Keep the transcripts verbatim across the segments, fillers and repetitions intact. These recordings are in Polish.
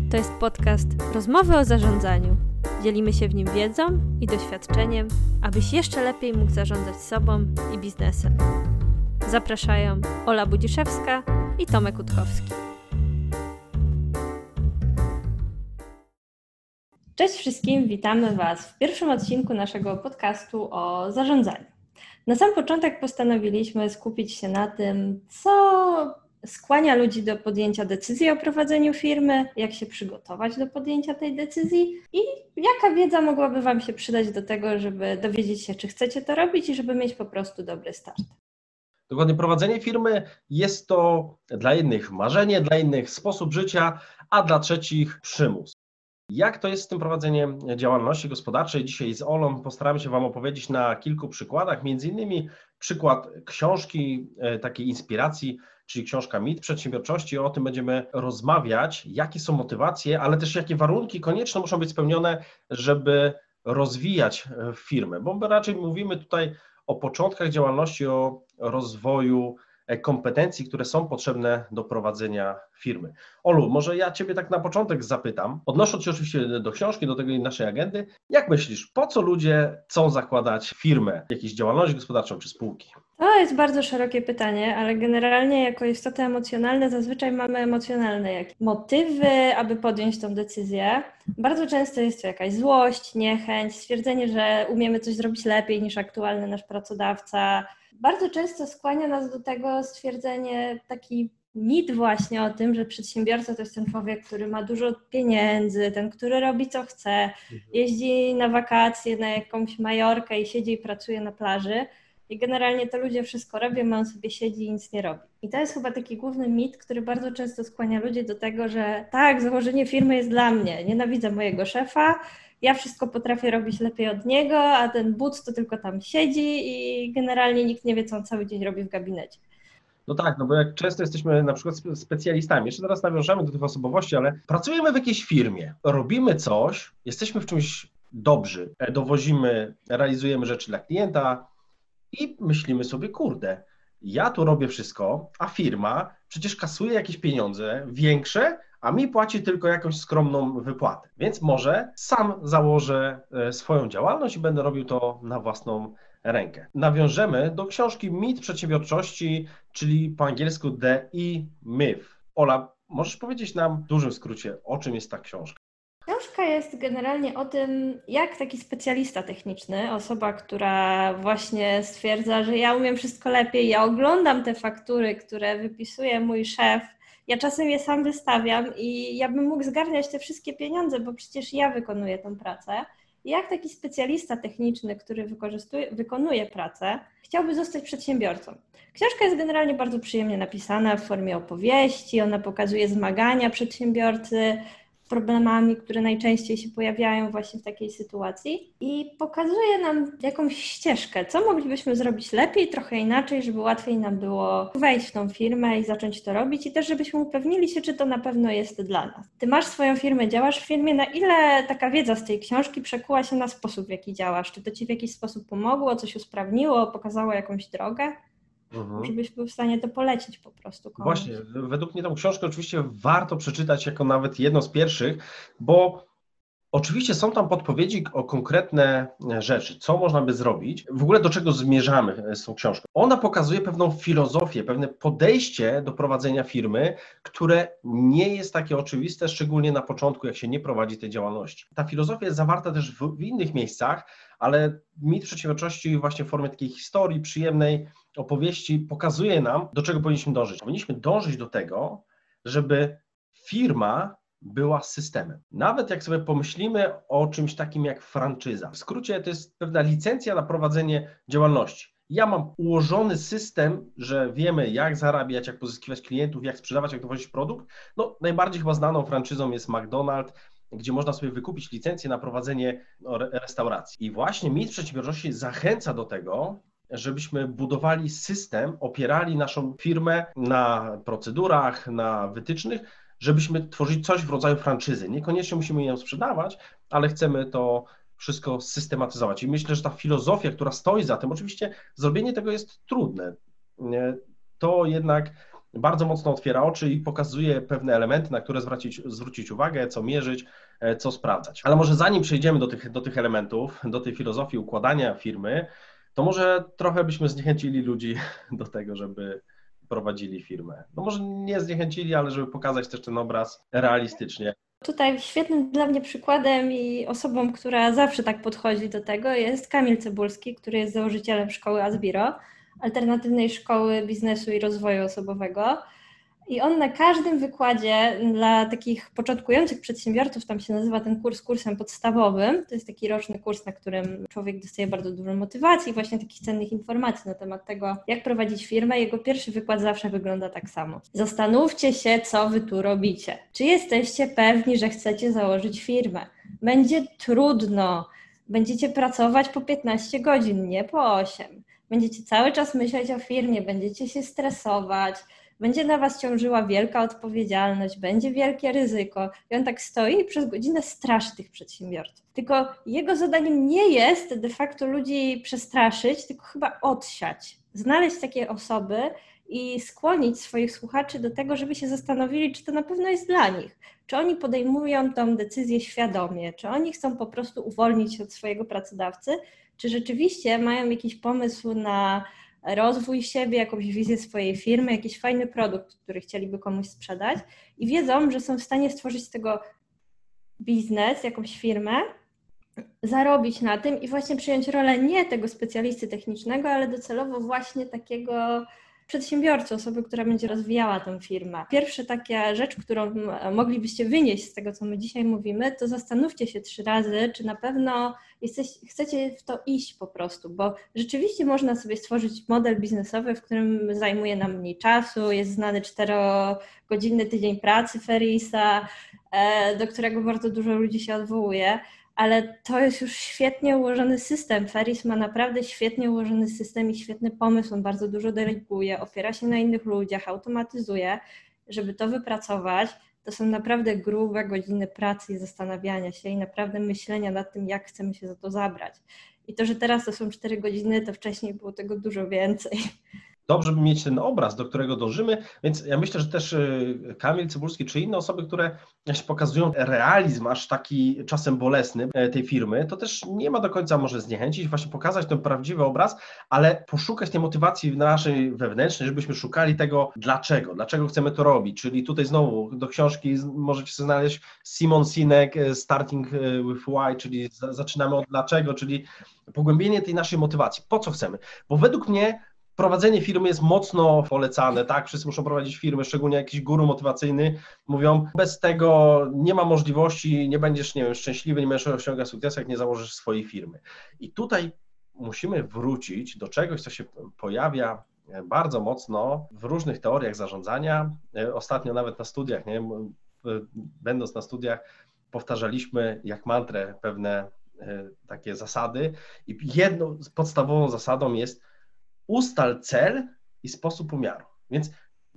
To jest podcast Rozmowy o zarządzaniu. Dzielimy się w nim wiedzą i doświadczeniem, abyś jeszcze lepiej mógł zarządzać sobą i biznesem. Zapraszają Ola Budziszewska i Tomek Utkowski. Cześć wszystkim, witamy Was w pierwszym odcinku naszego podcastu o zarządzaniu. Na sam początek postanowiliśmy skupić się na tym, co skłania ludzi do podjęcia decyzji o prowadzeniu firmy, jak się przygotować do podjęcia tej decyzji i jaka wiedza mogłaby Wam się przydać do tego, żeby dowiedzieć się, czy chcecie to robić i żeby mieć po prostu dobry start. Dokładnie, prowadzenie firmy jest to dla jednych marzenie, dla innych sposób życia, a dla trzecich przymus. Jak to jest z tym prowadzeniem działalności gospodarczej? Dzisiaj z Olą postaramy się Wam opowiedzieć na kilku przykładach, między innymi przykład książki, takiej inspiracji, czyli książka Mit Przedsiębiorczości. O tym będziemy rozmawiać, jakie są motywacje, ale też jakie warunki konieczne muszą być spełnione, żeby rozwijać firmę, bo raczej mówimy tutaj o początkach działalności, o rozwoju kompetencji, które są potrzebne do prowadzenia firmy. Olu, może ja Ciebie tak na początek zapytam, odnosząc się oczywiście do książki, do tej naszej agendy, jak myślisz, po co ludzie chcą zakładać firmę, jakąś działalność gospodarczą czy spółki? To jest bardzo szerokie pytanie, ale generalnie jako istoty emocjonalne zazwyczaj mamy emocjonalne jakieś motywy, aby podjąć tą decyzję. Bardzo często jest to jakaś złość, niechęć, stwierdzenie, że umiemy coś zrobić lepiej niż aktualny nasz pracodawca. Bardzo często skłania nas do tego stwierdzenie, taki mit właśnie o tym, że przedsiębiorca to jest ten człowiek, który ma dużo pieniędzy, ten, który robi co chce, jeździ na wakacje na jakąś Majorkę i siedzi i pracuje na plaży. I generalnie to ludzie wszystko robią, a on sobie siedzi i nic nie robi. I to jest chyba taki główny mit, który bardzo często skłania ludzi do tego, że tak, założenie firmy jest dla mnie, nienawidzę mojego szefa, ja wszystko potrafię robić lepiej od niego, a ten but to tylko tam siedzi i generalnie nikt nie wie, co on cały dzień robi w gabinecie. No tak, no bo jak często jesteśmy na przykład specjalistami, jeszcze teraz nawiążemy do tych osobowości, ale pracujemy w jakiejś firmie, robimy coś, jesteśmy w czymś dobrzy, dowozimy, realizujemy rzeczy dla klienta, i myślimy sobie, kurde, ja tu robię wszystko, a firma przecież kasuje jakieś pieniądze większe, a mi płaci tylko jakąś skromną wypłatę. Więc może sam założę swoją działalność i będę robił to na własną rękę. Nawiążemy do książki Mit Przedsiębiorczości, czyli po angielsku The E-Myth. Ola, możesz powiedzieć nam w dużym skrócie, o czym jest ta książka? Książka jest generalnie o tym, jak taki specjalista techniczny, osoba, która właśnie stwierdza, że ja umiem wszystko lepiej, ja oglądam te faktury, które wypisuje mój szef, ja czasem je sam wystawiam i ja bym mógł zgarniać te wszystkie pieniądze, bo przecież ja wykonuję tę pracę. I jak taki specjalista techniczny, który wykorzystuje, wykonuje pracę, chciałby zostać przedsiębiorcą. Książka jest generalnie bardzo przyjemnie napisana w formie opowieści, ona pokazuje zmagania przedsiębiorcy, problemami, które najczęściej się pojawiają właśnie w takiej sytuacji i pokazuje nam jakąś ścieżkę, co moglibyśmy zrobić lepiej, trochę inaczej, żeby łatwiej nam było wejść w tą firmę i zacząć to robić i też żebyśmy upewnili się, czy to na pewno jest dla nas. Ty masz swoją firmę, działasz w firmie, na ile taka wiedza z tej książki przekuła się na sposób, w jaki działasz? Czy to Ci w jakiś sposób pomogło, coś usprawniło, pokazało jakąś drogę? Mhm. Żebyś był w stanie to polecić po prostu komuś. Właśnie, według mnie tą książkę oczywiście warto przeczytać jako nawet jedno z pierwszych, bo oczywiście są tam podpowiedzi o konkretne rzeczy, co można by zrobić, w ogóle do czego zmierzamy z tą książką. Ona pokazuje pewną filozofię, pewne podejście do prowadzenia firmy, które nie jest takie oczywiste, szczególnie na początku, jak się nie prowadzi tej działalności. Ta filozofia jest zawarta też w, w innych miejscach, ale Mit Przedsiębiorczości właśnie w formie takiej historii przyjemnej, opowieści pokazuje nam, do czego powinniśmy dążyć. Powinniśmy dążyć do tego, żeby firma była systemem. Nawet jak sobie pomyślimy o czymś takim jak franczyza. W skrócie to jest pewna licencja na prowadzenie działalności. Ja mam ułożony system, że wiemy jak zarabiać, jak pozyskiwać klientów, jak sprzedawać, jak dowozić produkt. No najbardziej chyba znaną franczyzą jest McDonald's, gdzie można sobie wykupić licencję na prowadzenie restauracji. I właśnie Mit Przedsiębiorczości zachęca do tego, żebyśmy budowali system, opierali naszą firmę na procedurach, na wytycznych, żebyśmy tworzyli coś w rodzaju franczyzy. Niekoniecznie musimy ją sprzedawać, ale chcemy to wszystko systematyzować. I myślę, że ta filozofia, która stoi za tym, oczywiście zrobienie tego jest trudne. To jednak bardzo mocno otwiera oczy i pokazuje pewne elementy, na które zwrócić, zwrócić uwagę, co mierzyć, co sprawdzać. Ale może zanim przejdziemy do tych, do tych elementów, do tej filozofii układania firmy, to może trochę byśmy zniechęcili ludzi do tego, żeby prowadzili firmę. No może nie zniechęcili, ale żeby pokazać też ten obraz realistycznie. Tutaj świetnym dla mnie przykładem i osobą, która zawsze tak podchodzi do tego, jest Kamil Cebulski, który jest założycielem szkoły Asbiro, alternatywnej szkoły biznesu i rozwoju osobowego. I on na każdym wykładzie dla takich początkujących przedsiębiorców, tam się nazywa ten kurs kursem podstawowym, to jest taki roczny kurs, na którym człowiek dostaje bardzo dużo motywacji, właśnie takich cennych informacji na temat tego, jak prowadzić firmę. Jego pierwszy wykład zawsze wygląda tak samo. Zastanówcie się, co wy tu robicie. Czy jesteście pewni, że chcecie założyć firmę? Będzie trudno. Będziecie pracować po piętnaście godzin, nie po osiem. Będziecie cały czas myśleć o firmie, będziecie się stresować, będzie na was ciążyła wielka odpowiedzialność, będzie wielkie ryzyko. I on tak stoi i przez godzinę straszy tych przedsiębiorców. Tylko jego zadaniem nie jest de facto ludzi przestraszyć, tylko chyba odsiać. Znaleźć takie osoby i skłonić swoich słuchaczy do tego, żeby się zastanowili, czy to na pewno jest dla nich. Czy oni podejmują tą decyzję świadomie, czy oni chcą po prostu uwolnić się od swojego pracodawcy, czy rzeczywiście mają jakiś pomysł na rozwój siebie, jakąś wizję swojej firmy, jakiś fajny produkt, który chcieliby komuś sprzedać i wiedzą, że są w stanie stworzyć z tego biznes, jakąś firmę, zarobić na tym i właśnie przyjąć rolę nie tego specjalisty technicznego, ale docelowo właśnie takiego przedsiębiorcy, osoby, która będzie rozwijała tę firmę. Pierwsza taka rzecz, którą moglibyście wynieść z tego, co my dzisiaj mówimy, to zastanówcie się trzy razy, czy na pewno jesteś, chcecie w to iść po prostu, bo rzeczywiście można sobie stworzyć model biznesowy, w którym zajmuje nam mniej czasu, jest znany czterogodzinny tydzień pracy Ferrisa, do którego bardzo dużo ludzi się odwołuje, ale to jest już świetnie ułożony system. Ferris ma naprawdę świetnie ułożony system i świetny pomysł. On bardzo dużo deleguje, opiera się na innych ludziach, automatyzuje. Żeby to wypracować, to są naprawdę grube godziny pracy i zastanawiania się i naprawdę myślenia nad tym, jak chcemy się za to zabrać. I to, że teraz to są cztery godziny, to wcześniej było tego dużo więcej. Dobrze by mieć ten obraz, do którego dążymy, więc ja myślę, że też Kamil Cybulski czy inne osoby, które pokazują realizm aż taki czasem bolesny tej firmy, to też nie ma do końca może zniechęcić, właśnie pokazać ten prawdziwy obraz, ale poszukać tej motywacji naszej wewnętrznej, żebyśmy szukali tego dlaczego, dlaczego chcemy to robić, czyli tutaj znowu do książki możecie sobie znaleźć Simon Sinek, Starting with Why, czyli zaczynamy od dlaczego, czyli pogłębienie tej naszej motywacji, po co chcemy, bo według mnie prowadzenie firmy jest mocno polecane, tak? Wszyscy muszą prowadzić firmy, szczególnie jakiś guru motywacyjny. Mówią, bez tego nie ma możliwości, nie będziesz, nie wiem, szczęśliwy, nie będziesz osiągać sukcesu, jak nie założysz swojej firmy. I tutaj musimy wrócić do czegoś, co się pojawia bardzo mocno w różnych teoriach zarządzania. Ostatnio nawet na studiach, nie? Będąc na studiach, powtarzaliśmy jak mantrę pewne takie zasady i jedną podstawową zasadą jest ustal cel i sposób umiaru. Więc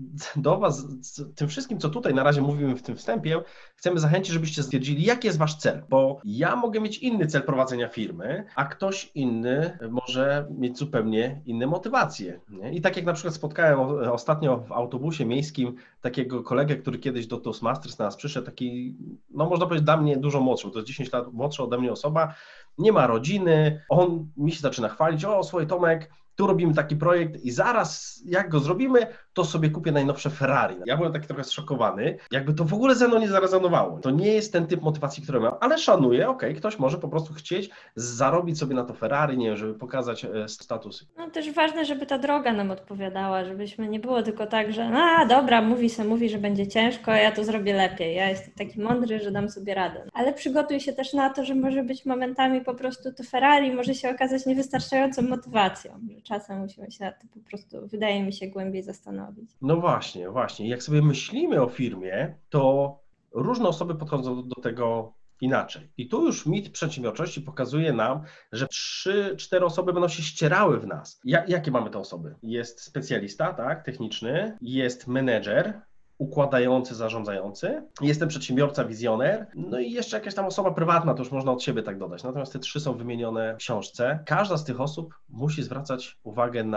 do Was, z tym wszystkim, co tutaj na razie mówimy w tym wstępie, chcemy zachęcić, żebyście stwierdzili, jaki jest Wasz cel, bo ja mogę mieć inny cel prowadzenia firmy, a ktoś inny może mieć zupełnie inne motywacje. Nie? I tak jak na przykład spotkałem ostatnio w autobusie miejskim takiego kolegę, który kiedyś do Toastmasters na nas przyszedł, taki, no można powiedzieć dla mnie dużo młodszy, to jest dziesięć lat młodsza ode mnie osoba, nie ma rodziny, on mi się zaczyna chwalić, o słuchaj Tomek, tu robimy taki projekt i zaraz jak go zrobimy, to sobie kupię najnowsze Ferrari. Ja byłem taki trochę zszokowany, jakby to w ogóle ze mną nie zarezonowało. To nie jest ten typ motywacji, który mam, ale szanuję, okej, okay, ktoś może po prostu chcieć zarobić sobie na to Ferrari, nie wiem, żeby pokazać status. No też ważne, żeby ta droga nam odpowiadała, żebyśmy nie było tylko tak, że a dobra, mówi se, mówi, że będzie ciężko, ja to zrobię lepiej, ja jestem taki mądry, że dam sobie radę. Ale przygotuj się też na to, że może być momentami po prostu to Ferrari może się okazać niewystarczającą motywacją, że czasem musimy się nad tym po prostu, wydaje mi się, głębiej zastanowić. No właśnie, właśnie. Jak sobie myślimy o firmie, to różne osoby podchodzą do tego inaczej. I tu już mit przedsiębiorczości pokazuje nam, że trzy, cztery osoby będą się ścierały w nas. Ja, jakie mamy te osoby? Jest specjalista, tak, techniczny, jest menedżer, układający, zarządzający, jest ten przedsiębiorca, wizjoner, no i jeszcze jakaś tam osoba prywatna, to już można od siebie tak dodać. Natomiast te trzy są wymienione w książce. Każda z tych osób musi zwracać uwagę na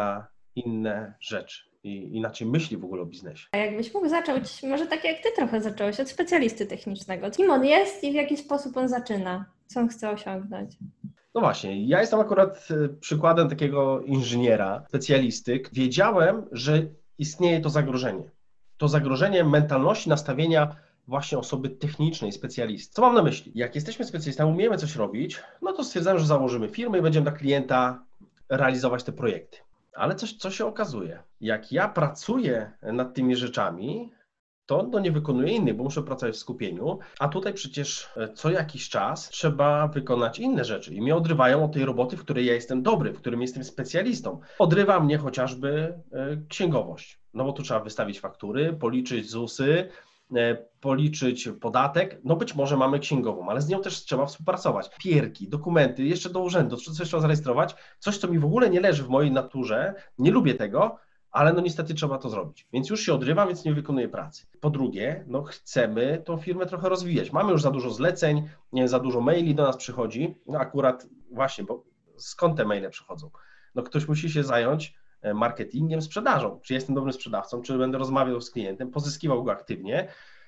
inne rzeczy i inaczej myśli w ogóle o biznesie. A jakbyś mógł zacząć, może tak jak ty trochę zacząłeś, od specjalisty technicznego. Kim on jest i w jaki sposób on zaczyna? Co on chce osiągnąć? No właśnie, ja jestem akurat przykładem takiego inżyniera, specjalisty. Wiedziałem, że istnieje to zagrożenie. To zagrożenie mentalności, nastawienia właśnie osoby technicznej, specjalisty. Co mam na myśli? Jak jesteśmy specjalistami, umiemy coś robić, no to stwierdzamy, że założymy firmę i będziemy dla klienta realizować te projekty. Ale coś, co się okazuje, jak ja pracuję nad tymi rzeczami, to no nie wykonuję innych, bo muszę pracować w skupieniu, a tutaj przecież co jakiś czas trzeba wykonać inne rzeczy i mnie odrywają od tej roboty, w której ja jestem dobry, w którym jestem specjalistą. Odrywa mnie chociażby księgowość, no bo tu trzeba wystawić faktury, policzyć zusy, policzyć podatek, no być może mamy księgową, ale z nią też trzeba współpracować. Pierki, dokumenty, jeszcze do urzędu, coś trzeba zarejestrować, coś, co mi w ogóle nie leży w mojej naturze, nie lubię tego, ale no niestety trzeba to zrobić. Więc już się odrywam, więc nie wykonuję pracy. Po drugie, no chcemy tą firmę trochę rozwijać. Mamy już za dużo zleceń, nie, za dużo maili do nas przychodzi, no akurat właśnie, bo skąd te maile przychodzą? No ktoś musi się zająć marketingiem, sprzedażą. Czy jestem dobrym sprzedawcą, czy będę rozmawiał z klientem, pozyskiwał go aktywnie,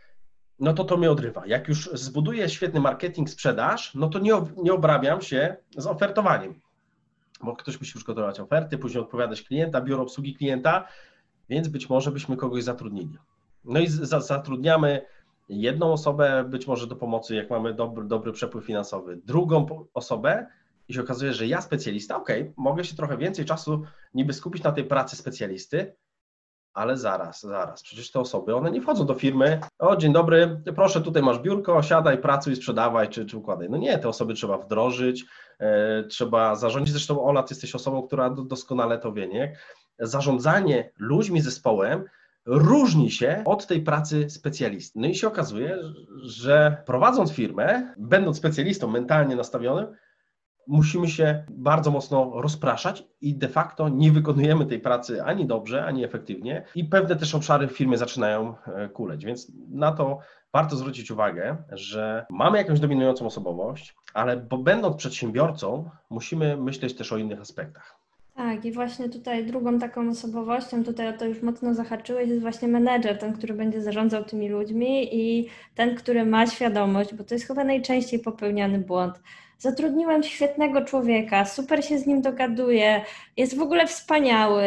no to to mnie odrywa. Jak już zbuduję świetny marketing, sprzedaż, no to nie, nie obrabiam się z ofertowaniem, bo ktoś musi przygotować oferty, później odpowiadać klienta, biuro obsługi klienta, więc być może byśmy kogoś zatrudnili. No i za, zatrudniamy jedną osobę, być może do pomocy, jak mamy dobry, dobry przepływ finansowy, drugą osobę i się okazuje, że ja specjalista, okej, okay, mogę się trochę więcej czasu niby skupić na tej pracy specjalisty, ale zaraz, zaraz, przecież te osoby, one nie wchodzą do firmy, o dzień dobry, proszę tutaj masz biurko, siadaj, pracuj, sprzedawaj, czy, czy układaj. No nie, te osoby trzeba wdrożyć, e, trzeba zarządzić, zresztą Ola, ty jesteś osobą, która doskonale to wie, nie? Zarządzanie ludźmi, zespołem różni się od tej pracy specjalisty. No i się okazuje, że prowadząc firmę, będąc specjalistą mentalnie nastawionym, musimy się bardzo mocno rozpraszać i de facto nie wykonujemy tej pracy ani dobrze, ani efektywnie i pewne też obszary w firmie zaczynają kuleć, więc na to warto zwrócić uwagę, że mamy jakąś dominującą osobowość, ale bo będąc przedsiębiorcą, musimy myśleć też o innych aspektach. Tak, i właśnie tutaj drugą taką osobowością, tutaj o to już mocno zahaczyłeś, jest właśnie menedżer, ten, który będzie zarządzał tymi ludźmi i ten, który ma świadomość, bo to jest chyba najczęściej popełniany błąd. Zatrudniłem świetnego człowieka, super się z nim dogaduję, jest w ogóle wspaniały,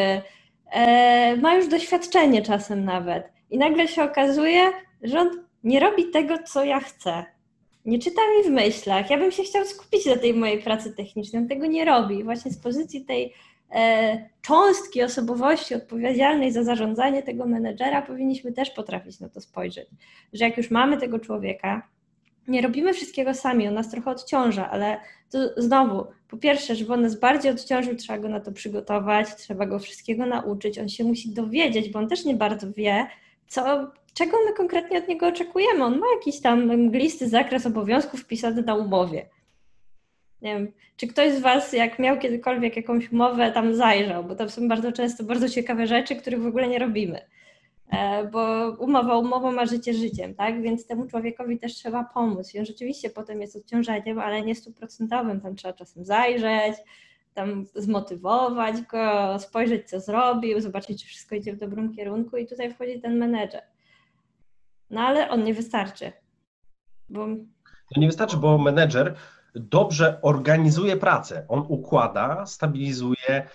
e, ma już doświadczenie czasem nawet i nagle się okazuje, że on nie robi tego, co ja chcę. Nie czyta mi w myślach, ja bym się chciał skupić na tej mojej pracy technicznej, on tego nie robi. Właśnie z pozycji tej e, cząstki osobowości odpowiedzialnej za zarządzanie tego menedżera powinniśmy też potrafić na to spojrzeć, że jak już mamy tego człowieka, nie robimy wszystkiego sami, on nas trochę odciąża, ale to znowu, po pierwsze, żeby on nas bardziej odciążył, trzeba go na to przygotować, trzeba go wszystkiego nauczyć, on się musi dowiedzieć, bo on też nie bardzo wie, co, czego my konkretnie od niego oczekujemy. On ma jakiś tam mglisty zakres obowiązków wpisany na umowie. Nie wiem, czy ktoś z Was, jak miał kiedykolwiek jakąś umowę, tam zajrzał, bo tam są bardzo często bardzo ciekawe rzeczy, których w ogóle nie robimy. Bo umowa umową, a życie życiem, tak? Więc temu człowiekowi też trzeba pomóc. I on rzeczywiście potem jest odciążeniem, ale nie stuprocentowym. Tam trzeba czasem zajrzeć, tam zmotywować go, spojrzeć, co zrobił, zobaczyć, czy wszystko idzie w dobrym kierunku i tutaj wchodzi ten menedżer. No ale on nie wystarczy. Bo... To nie wystarczy, bo menedżer dobrze organizuje pracę. On układa, stabilizuje,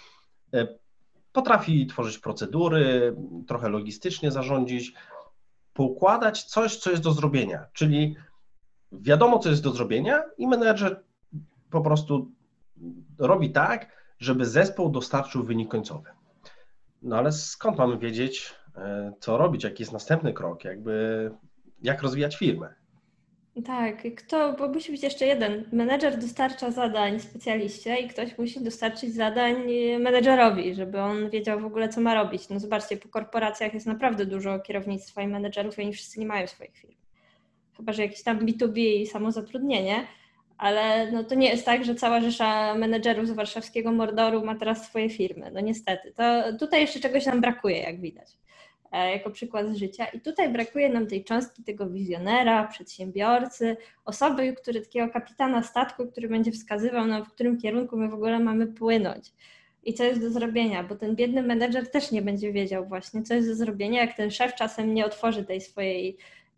potrafi tworzyć procedury, trochę logistycznie zarządzić, poukładać coś, co jest do zrobienia, czyli wiadomo, co jest do zrobienia i menedżer po prostu robi tak, żeby zespół dostarczył wynik końcowy. No ale skąd mamy wiedzieć, co robić, jaki jest następny krok, jakby jak rozwijać firmę? Tak, kto, bo musi być jeszcze jeden. Menedżer dostarcza zadań specjaliście i ktoś musi dostarczyć zadań menedżerowi, żeby on wiedział w ogóle, co ma robić. No zobaczcie, po korporacjach jest naprawdę dużo kierownictwa i menedżerów i oni wszyscy nie mają swoich firm. Chyba że jakiś tam B dwa B i samozatrudnienie, ale no to nie jest tak, że cała rzesza menedżerów z warszawskiego Mordoru ma teraz swoje firmy. No niestety. To tutaj jeszcze czegoś nam brakuje, jak widać. Jako przykład z życia. I tutaj brakuje nam tej cząstki tego wizjonera, przedsiębiorcy, osoby, który takiego kapitana statku, który będzie wskazywał nam, w którym kierunku my w ogóle mamy płynąć. i co jest do zrobienia, bo ten biedny menedżer też nie będzie wiedział właśnie, co jest do zrobienia, jak ten szef czasem nie otworzy tej swojej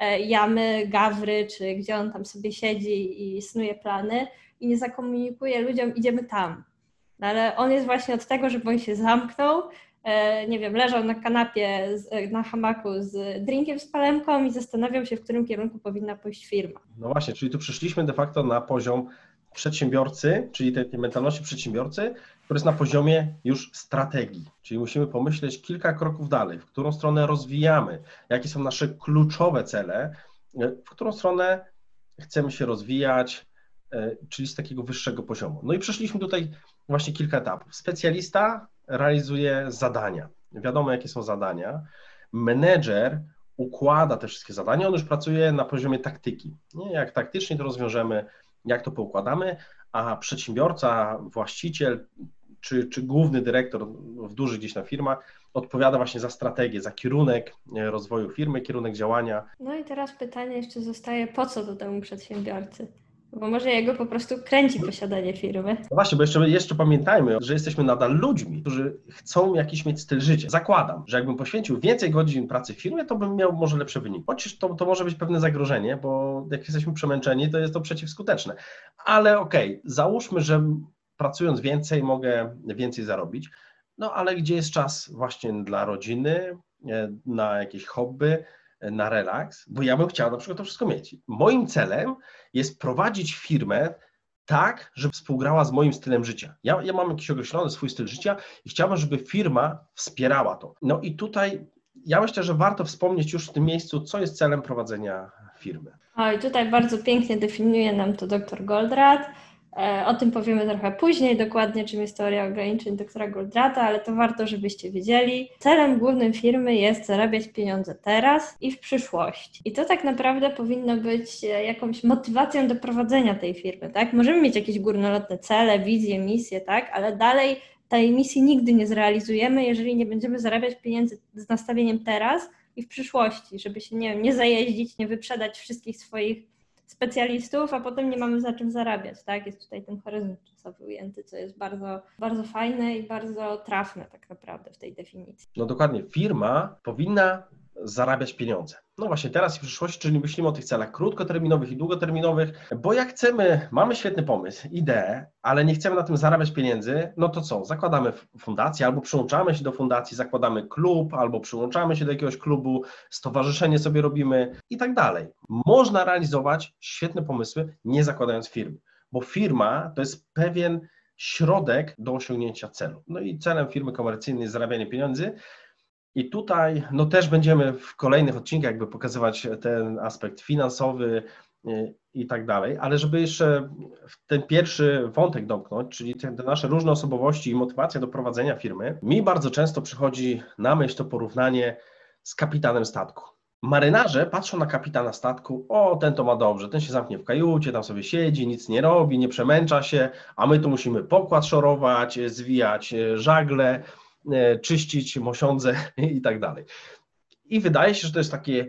jamy, gawry, czy gdzie on tam sobie siedzi i snuje plany i nie zakomunikuje ludziom, idziemy tam. No ale on jest właśnie od tego, żeby on się zamknął, nie wiem, leżał na kanapie, na hamaku z drinkiem z palemką i zastanawiał się, w którym kierunku powinna pójść firma. No właśnie, czyli tu przyszliśmy de facto na poziom przedsiębiorcy, czyli tej, tej mentalności przedsiębiorcy, który jest na poziomie już strategii. Czyli musimy pomyśleć kilka kroków dalej, w którą stronę rozwijamy, jakie są nasze kluczowe cele, w którą stronę chcemy się rozwijać, czyli z takiego wyższego poziomu. No i przeszliśmy tutaj właśnie kilka etapów. Specjalista realizuje zadania. Wiadomo, jakie są zadania. Menedżer układa te wszystkie zadania, on już pracuje na poziomie taktyki. Nie? Jak taktycznie to rozwiążemy, jak to poukładamy, a przedsiębiorca, właściciel czy, czy główny dyrektor w dużych gdzieś na firmach odpowiada właśnie za strategię, za kierunek rozwoju firmy, kierunek działania. No i teraz pytanie jeszcze zostaje, po co to temu przedsiębiorcy? Bo może jego po prostu kręci posiadanie firmy. No właśnie, bo jeszcze, jeszcze pamiętajmy, że jesteśmy nadal ludźmi, którzy chcą jakiś mieć styl życia. Zakładam, że jakbym poświęcił więcej godzin pracy w firmie, to bym miał może lepszy wynik. Chociaż to, to może być pewne zagrożenie, bo jak jesteśmy przemęczeni, to jest to przeciwskuteczne. Ale okej, okay, załóżmy, że pracując więcej mogę więcej zarobić, no ale gdzie jest czas właśnie dla rodziny, na jakieś hobby, na relaks, bo ja bym chciał na przykład to wszystko mieć. Moim celem jest prowadzić firmę tak, żeby współgrała z moim stylem życia. Ja, ja mam jakiś określony swój styl życia i chciałbym, żeby firma wspierała to. No i tutaj ja myślę, że warto wspomnieć już w tym miejscu, co jest celem prowadzenia firmy. O, i tutaj bardzo pięknie definiuje nam to doktor Goldratt. O tym powiemy trochę później dokładnie, czym jest teoria ograniczeń doktora Goldratta, ale to warto, żebyście wiedzieli. Celem głównym firmy jest zarabiać pieniądze teraz i w przyszłości. I to tak naprawdę powinno być jakąś motywacją do prowadzenia tej firmy, tak? Możemy mieć jakieś górnolotne cele, wizje, misje, tak? Ale dalej tej misji nigdy nie zrealizujemy, jeżeli nie będziemy zarabiać pieniędzy z nastawieniem teraz i w przyszłości, żeby się, nie wiem, nie zajeździć, nie wyprzedać wszystkich swoich specjalistów, a potem nie mamy za czym zarabiać, tak? Jest tutaj ten horyzont czasowy ujęty, co jest bardzo, bardzo fajne i bardzo trafne tak naprawdę w tej definicji. No dokładnie, firma powinna zarabiać pieniądze. No właśnie teraz i w przyszłości, czyli myślimy o tych celach krótkoterminowych i długoterminowych, bo jak chcemy, mamy świetny pomysł, ideę, ale nie chcemy na tym zarabiać pieniędzy, no to co? Zakładamy fundację albo przyłączamy się do fundacji, zakładamy klub albo przyłączamy się do jakiegoś klubu, stowarzyszenie sobie robimy i tak dalej. Można realizować świetne pomysły, nie zakładając firmy, bo firma to jest pewien środek do osiągnięcia celu. No i celem firmy komercyjnej jest zarabianie pieniędzy. I tutaj no też będziemy w kolejnych odcinkach jakby pokazywać ten aspekt finansowy i tak dalej, ale żeby jeszcze ten pierwszy wątek domknąć, czyli te nasze różne osobowości i motywacja do prowadzenia firmy, mi bardzo często przychodzi na myśl to porównanie z kapitanem statku. Marynarze patrzą na kapitana statku, o ten to ma dobrze, ten się zamknie w kajucie, tam sobie siedzi, nic nie robi, nie przemęcza się, a my tu musimy pokład szorować, zwijać żagle, czyścić mosiądze i tak dalej. I wydaje się, że to jest takie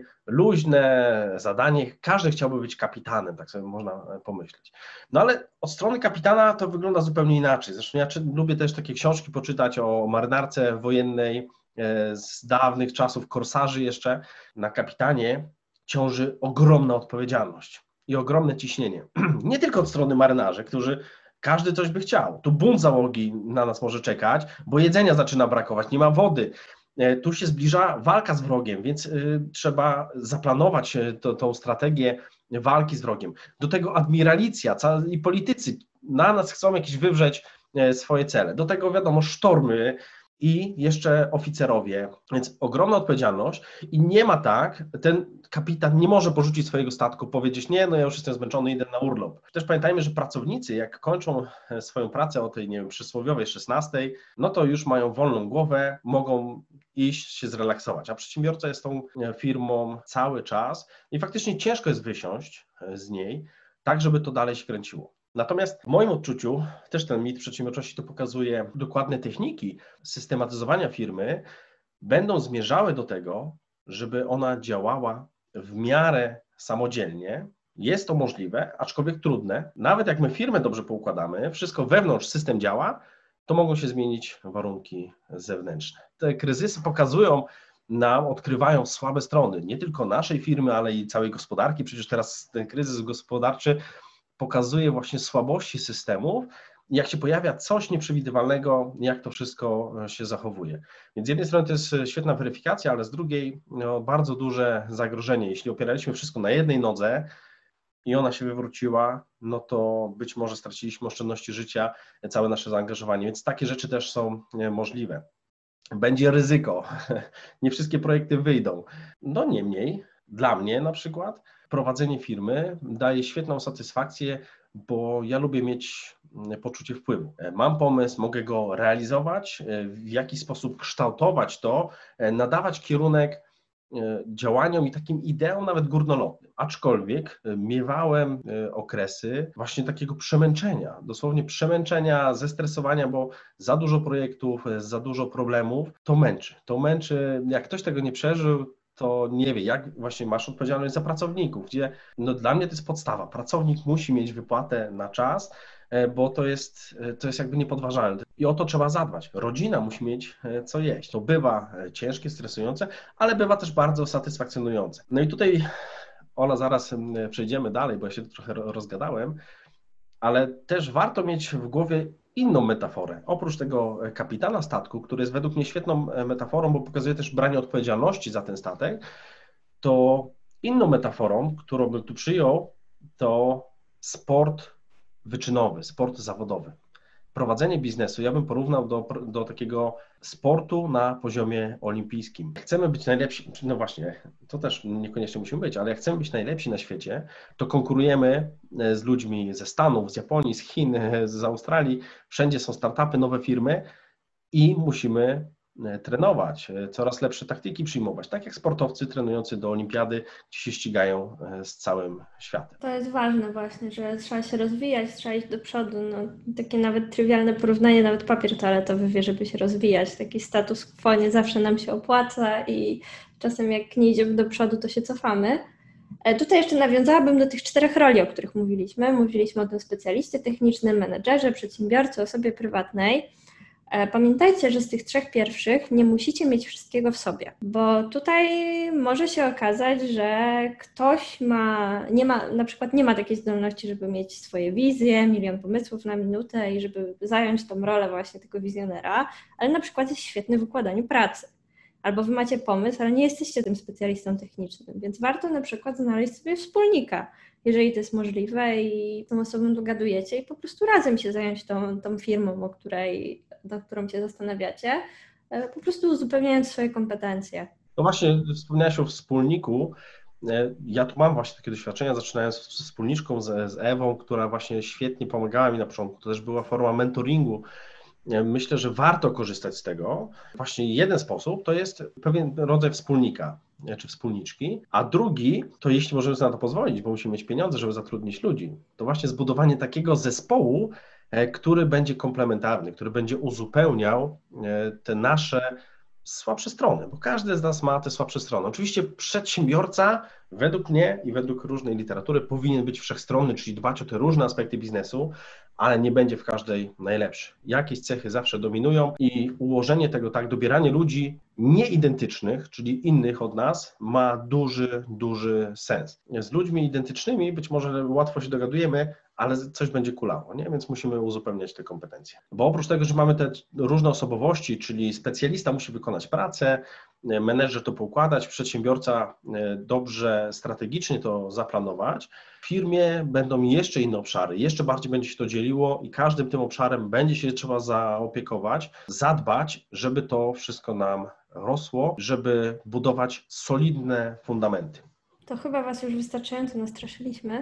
luźne zadanie, każdy chciałby być kapitanem, tak sobie można pomyśleć. No ale od strony kapitana to wygląda zupełnie inaczej. Zresztą ja czy, lubię też takie książki poczytać o marynarce wojennej z dawnych czasów, korsarzy jeszcze. Na kapitanie ciąży ogromna odpowiedzialność i ogromne ciśnienie. Nie tylko od strony marynarzy, którzy każdy coś by chciał. Tu bunt załogi na nas może czekać, bo jedzenia zaczyna brakować, nie ma wody. Tu się zbliża walka z wrogiem, więc y, trzeba zaplanować to, tą strategię walki z wrogiem. Do tego admiralicja i politycy na nas chcą jakieś wywrzeć swoje cele. Do tego wiadomo sztormy i jeszcze oficerowie, więc ogromna odpowiedzialność i nie ma tak, ten kapitan nie może porzucić swojego statku, powiedzieć nie, no ja już jestem zmęczony, idę na urlop. Też pamiętajmy, że pracownicy jak kończą swoją pracę o tej, nie wiem, przysłowiowej szesnastej, no to już mają wolną głowę, mogą iść się zrelaksować, a przedsiębiorca jest tą firmą cały czas i faktycznie ciężko jest wysiąść z niej, tak żeby to dalej się kręciło. Natomiast w moim odczuciu, też ten mit przedsiębiorczości to pokazuje, dokładne techniki systematyzowania firmy będą zmierzały do tego, żeby ona działała w miarę samodzielnie. Jest to możliwe, aczkolwiek trudne. Nawet jak my firmę dobrze poukładamy, wszystko wewnątrz system działa, to mogą się zmienić warunki zewnętrzne. Te kryzysy pokazują nam, odkrywają słabe strony nie tylko naszej firmy, ale i całej gospodarki. Przecież teraz ten kryzys gospodarczy pokazuje właśnie słabości systemów, jak się pojawia coś nieprzewidywalnego, jak to wszystko się zachowuje. Więc z jednej strony to jest świetna weryfikacja, ale z drugiej no, bardzo duże zagrożenie. Jeśli opieraliśmy wszystko na jednej nodze i ona się wywróciła, no to być może straciliśmy oszczędności życia, całe nasze zaangażowanie, więc takie rzeczy też są możliwe. Będzie ryzyko, nie wszystkie projekty wyjdą. No niemniej, dla mnie na przykład prowadzenie firmy daje świetną satysfakcję, bo ja lubię mieć poczucie wpływu. Mam pomysł, mogę go realizować, w jakiś sposób kształtować to, nadawać kierunek działaniom i takim ideom nawet górnolotnym. Aczkolwiek miewałem okresy właśnie takiego przemęczenia, dosłownie przemęczenia, zestresowania, bo za dużo projektów, za dużo problemów, to męczy. To męczy, jak ktoś tego nie przeżył, to nie wie, jak właśnie masz odpowiedzialność za pracowników, gdzie no dla mnie to jest podstawa. Pracownik musi mieć wypłatę na czas, bo to jest, to jest jakby niepodważalne. I o to trzeba zadbać. Rodzina musi mieć co jeść. To bywa ciężkie, stresujące, ale bywa też bardzo satysfakcjonujące. No i tutaj, Ola, zaraz przejdziemy dalej, bo ja się trochę rozgadałem, ale też warto mieć w głowie inną metaforę. Oprócz tego kapitana statku, który jest według mnie świetną metaforą, bo pokazuje też branie odpowiedzialności za ten statek, to inną metaforą, którą bym tu przyjął, to sport wyczynowy, sport zawodowy. Prowadzenie biznesu ja bym porównał do, do takiego sportu na poziomie olimpijskim. Chcemy być najlepsi, no właśnie, to też niekoniecznie musimy być, ale jak chcemy być najlepsi na świecie, to konkurujemy z ludźmi ze Stanów, z Japonii, z Chin, z Australii, wszędzie są startupy, nowe firmy i musimy trenować, coraz lepsze taktyki przyjmować, tak jak sportowcy trenujący do olimpiady, gdzie się ścigają z całym światem. To jest ważne właśnie, że trzeba się rozwijać, trzeba iść do przodu. No, takie nawet trywialne porównanie, nawet papier toaletowy wie, żeby się rozwijać. Taki status quo nie zawsze nam się opłaca i czasem jak nie idziemy do przodu, to się cofamy. Tutaj jeszcze nawiązałabym do tych czterech roli, o których mówiliśmy. Mówiliśmy o tym specjaliście technicznym, menedżerze, przedsiębiorcy, osobie prywatnej. Pamiętajcie, że z tych trzech pierwszych nie musicie mieć wszystkiego w sobie, bo tutaj może się okazać, że ktoś ma, nie ma, na przykład nie ma takiej zdolności, żeby mieć swoje wizje, milion pomysłów na minutę i żeby zająć tą rolę właśnie tego wizjonera, ale na przykład jest świetny w układaniu pracy. Albo wy macie pomysł, ale nie jesteście tym specjalistą technicznym, więc warto na przykład znaleźć sobie wspólnika, jeżeli to jest możliwe i tą osobą dogadujecie i po prostu razem się zająć tą, tą firmą, o której, nad którą się zastanawiacie, po prostu uzupełniając swoje kompetencje. No właśnie, wspomniałeś o wspólniku. Ja tu mam właśnie takie doświadczenia, zaczynając z wspólniczką, z, z Ewą, która właśnie świetnie pomagała mi na początku. To też była forma mentoringu. Myślę, że warto korzystać z tego. Właśnie jeden sposób to jest pewien rodzaj wspólnika czy wspólniczki, a drugi to jeśli możemy sobie na to pozwolić, bo musimy mieć pieniądze, żeby zatrudnić ludzi, to właśnie zbudowanie takiego zespołu, który będzie komplementarny, który będzie uzupełniał te nasze słabsze strony, bo każdy z nas ma te słabsze strony. Oczywiście przedsiębiorca według mnie i według różnej literatury powinien być wszechstronny, czyli dbać o te różne aspekty biznesu, ale nie będzie w każdej najlepszy. Jakieś cechy zawsze dominują i ułożenie tego, tak, dobieranie ludzi nieidentycznych, czyli innych od nas, ma duży, duży sens. Z ludźmi identycznymi być może łatwo się dogadujemy, ale coś będzie kulało, nie? Więc musimy uzupełniać te kompetencje. Bo oprócz tego, że mamy te różne osobowości, czyli specjalista musi wykonać pracę, menedżer to poukładać, przedsiębiorca dobrze strategicznie to zaplanować, w firmie będą jeszcze inne obszary, jeszcze bardziej będzie się to dzieliło i każdym tym obszarem będzie się trzeba zaopiekować, zadbać, żeby to wszystko nam rosło, żeby budować solidne fundamenty. To chyba Was już wystarczająco nastraszyliśmy.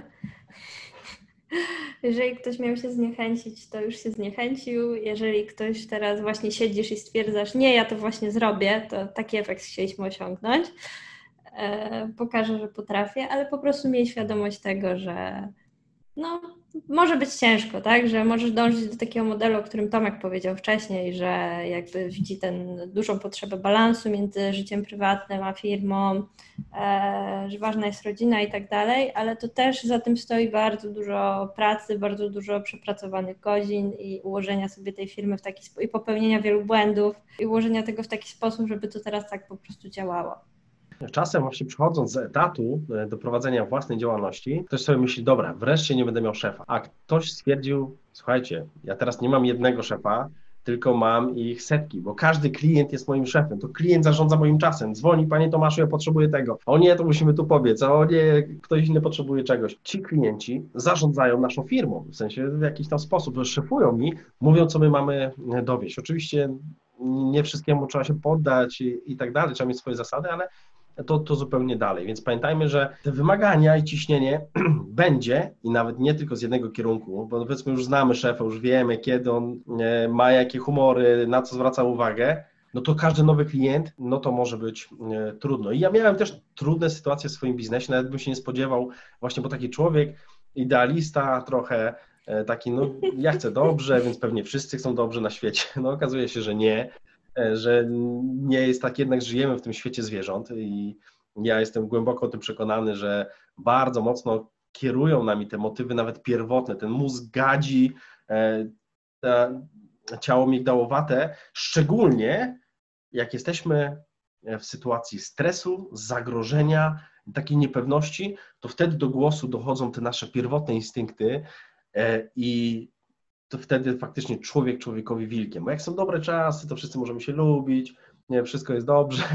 Jeżeli ktoś miał się zniechęcić, to już się zniechęcił. Jeżeli ktoś teraz właśnie siedzisz i stwierdzasz, nie, ja to właśnie zrobię, to taki efekt chcieliśmy osiągnąć. E, pokażę, że potrafię, ale po prostu miej świadomość tego, że No, może być ciężko, tak, że możesz dążyć do takiego modelu, o którym Tomek powiedział wcześniej, że jakby widzi ten dużą potrzebę balansu między życiem prywatnym a firmą, e, że ważna jest rodzina i tak dalej, ale to też za tym stoi bardzo dużo pracy, bardzo dużo przepracowanych godzin i ułożenia sobie tej firmy w taki sposób, i popełnienia wielu błędów, i ułożenia tego w taki sposób, żeby to teraz tak po prostu działało. Czasem właśnie przychodząc z etatu do prowadzenia własnej działalności, ktoś sobie myśli, dobra, wreszcie nie będę miał szefa. A ktoś stwierdził, słuchajcie, ja teraz nie mam jednego szefa, tylko mam ich setki, bo każdy klient jest moim szefem. To klient zarządza moim czasem. Dzwoni, panie Tomaszu, ja potrzebuję tego. O nie, to musimy tu pobiec. O nie, ktoś inny potrzebuje czegoś. Ci klienci zarządzają naszą firmą, w sensie w jakiś tam sposób, że szefują mi, mówią, co my mamy dowieść. Oczywiście nie wszystkiemu trzeba się poddać i, i tak dalej, trzeba mieć swoje zasady, ale to, to zupełnie dalej. Więc pamiętajmy, że te wymagania i ciśnienie będzie i nawet nie tylko z jednego kierunku, bo powiedzmy już znamy szefa, już wiemy, kiedy on ma jakie humory, na co zwraca uwagę, no to każdy nowy klient, no to może być trudno. I ja miałem też trudne sytuacje w swoim biznesie, nawet bym się nie spodziewał, właśnie bo taki człowiek, idealista trochę, taki, no ja chcę dobrze, więc pewnie wszyscy chcą dobrze na świecie. No okazuje się, że nie, że nie jest tak, jednak żyjemy w tym świecie zwierząt i ja jestem głęboko o tym przekonany, że bardzo mocno kierują nami te motywy nawet pierwotne, ten mózg gadzi, ciało migdałowate, szczególnie jak jesteśmy w sytuacji stresu, zagrożenia, takiej niepewności, to wtedy do głosu dochodzą te nasze pierwotne instynkty i to wtedy faktycznie człowiek człowiekowi wilkiem. Bo jak są dobre czasy, to wszyscy możemy się lubić, nie, wszystko jest dobrze,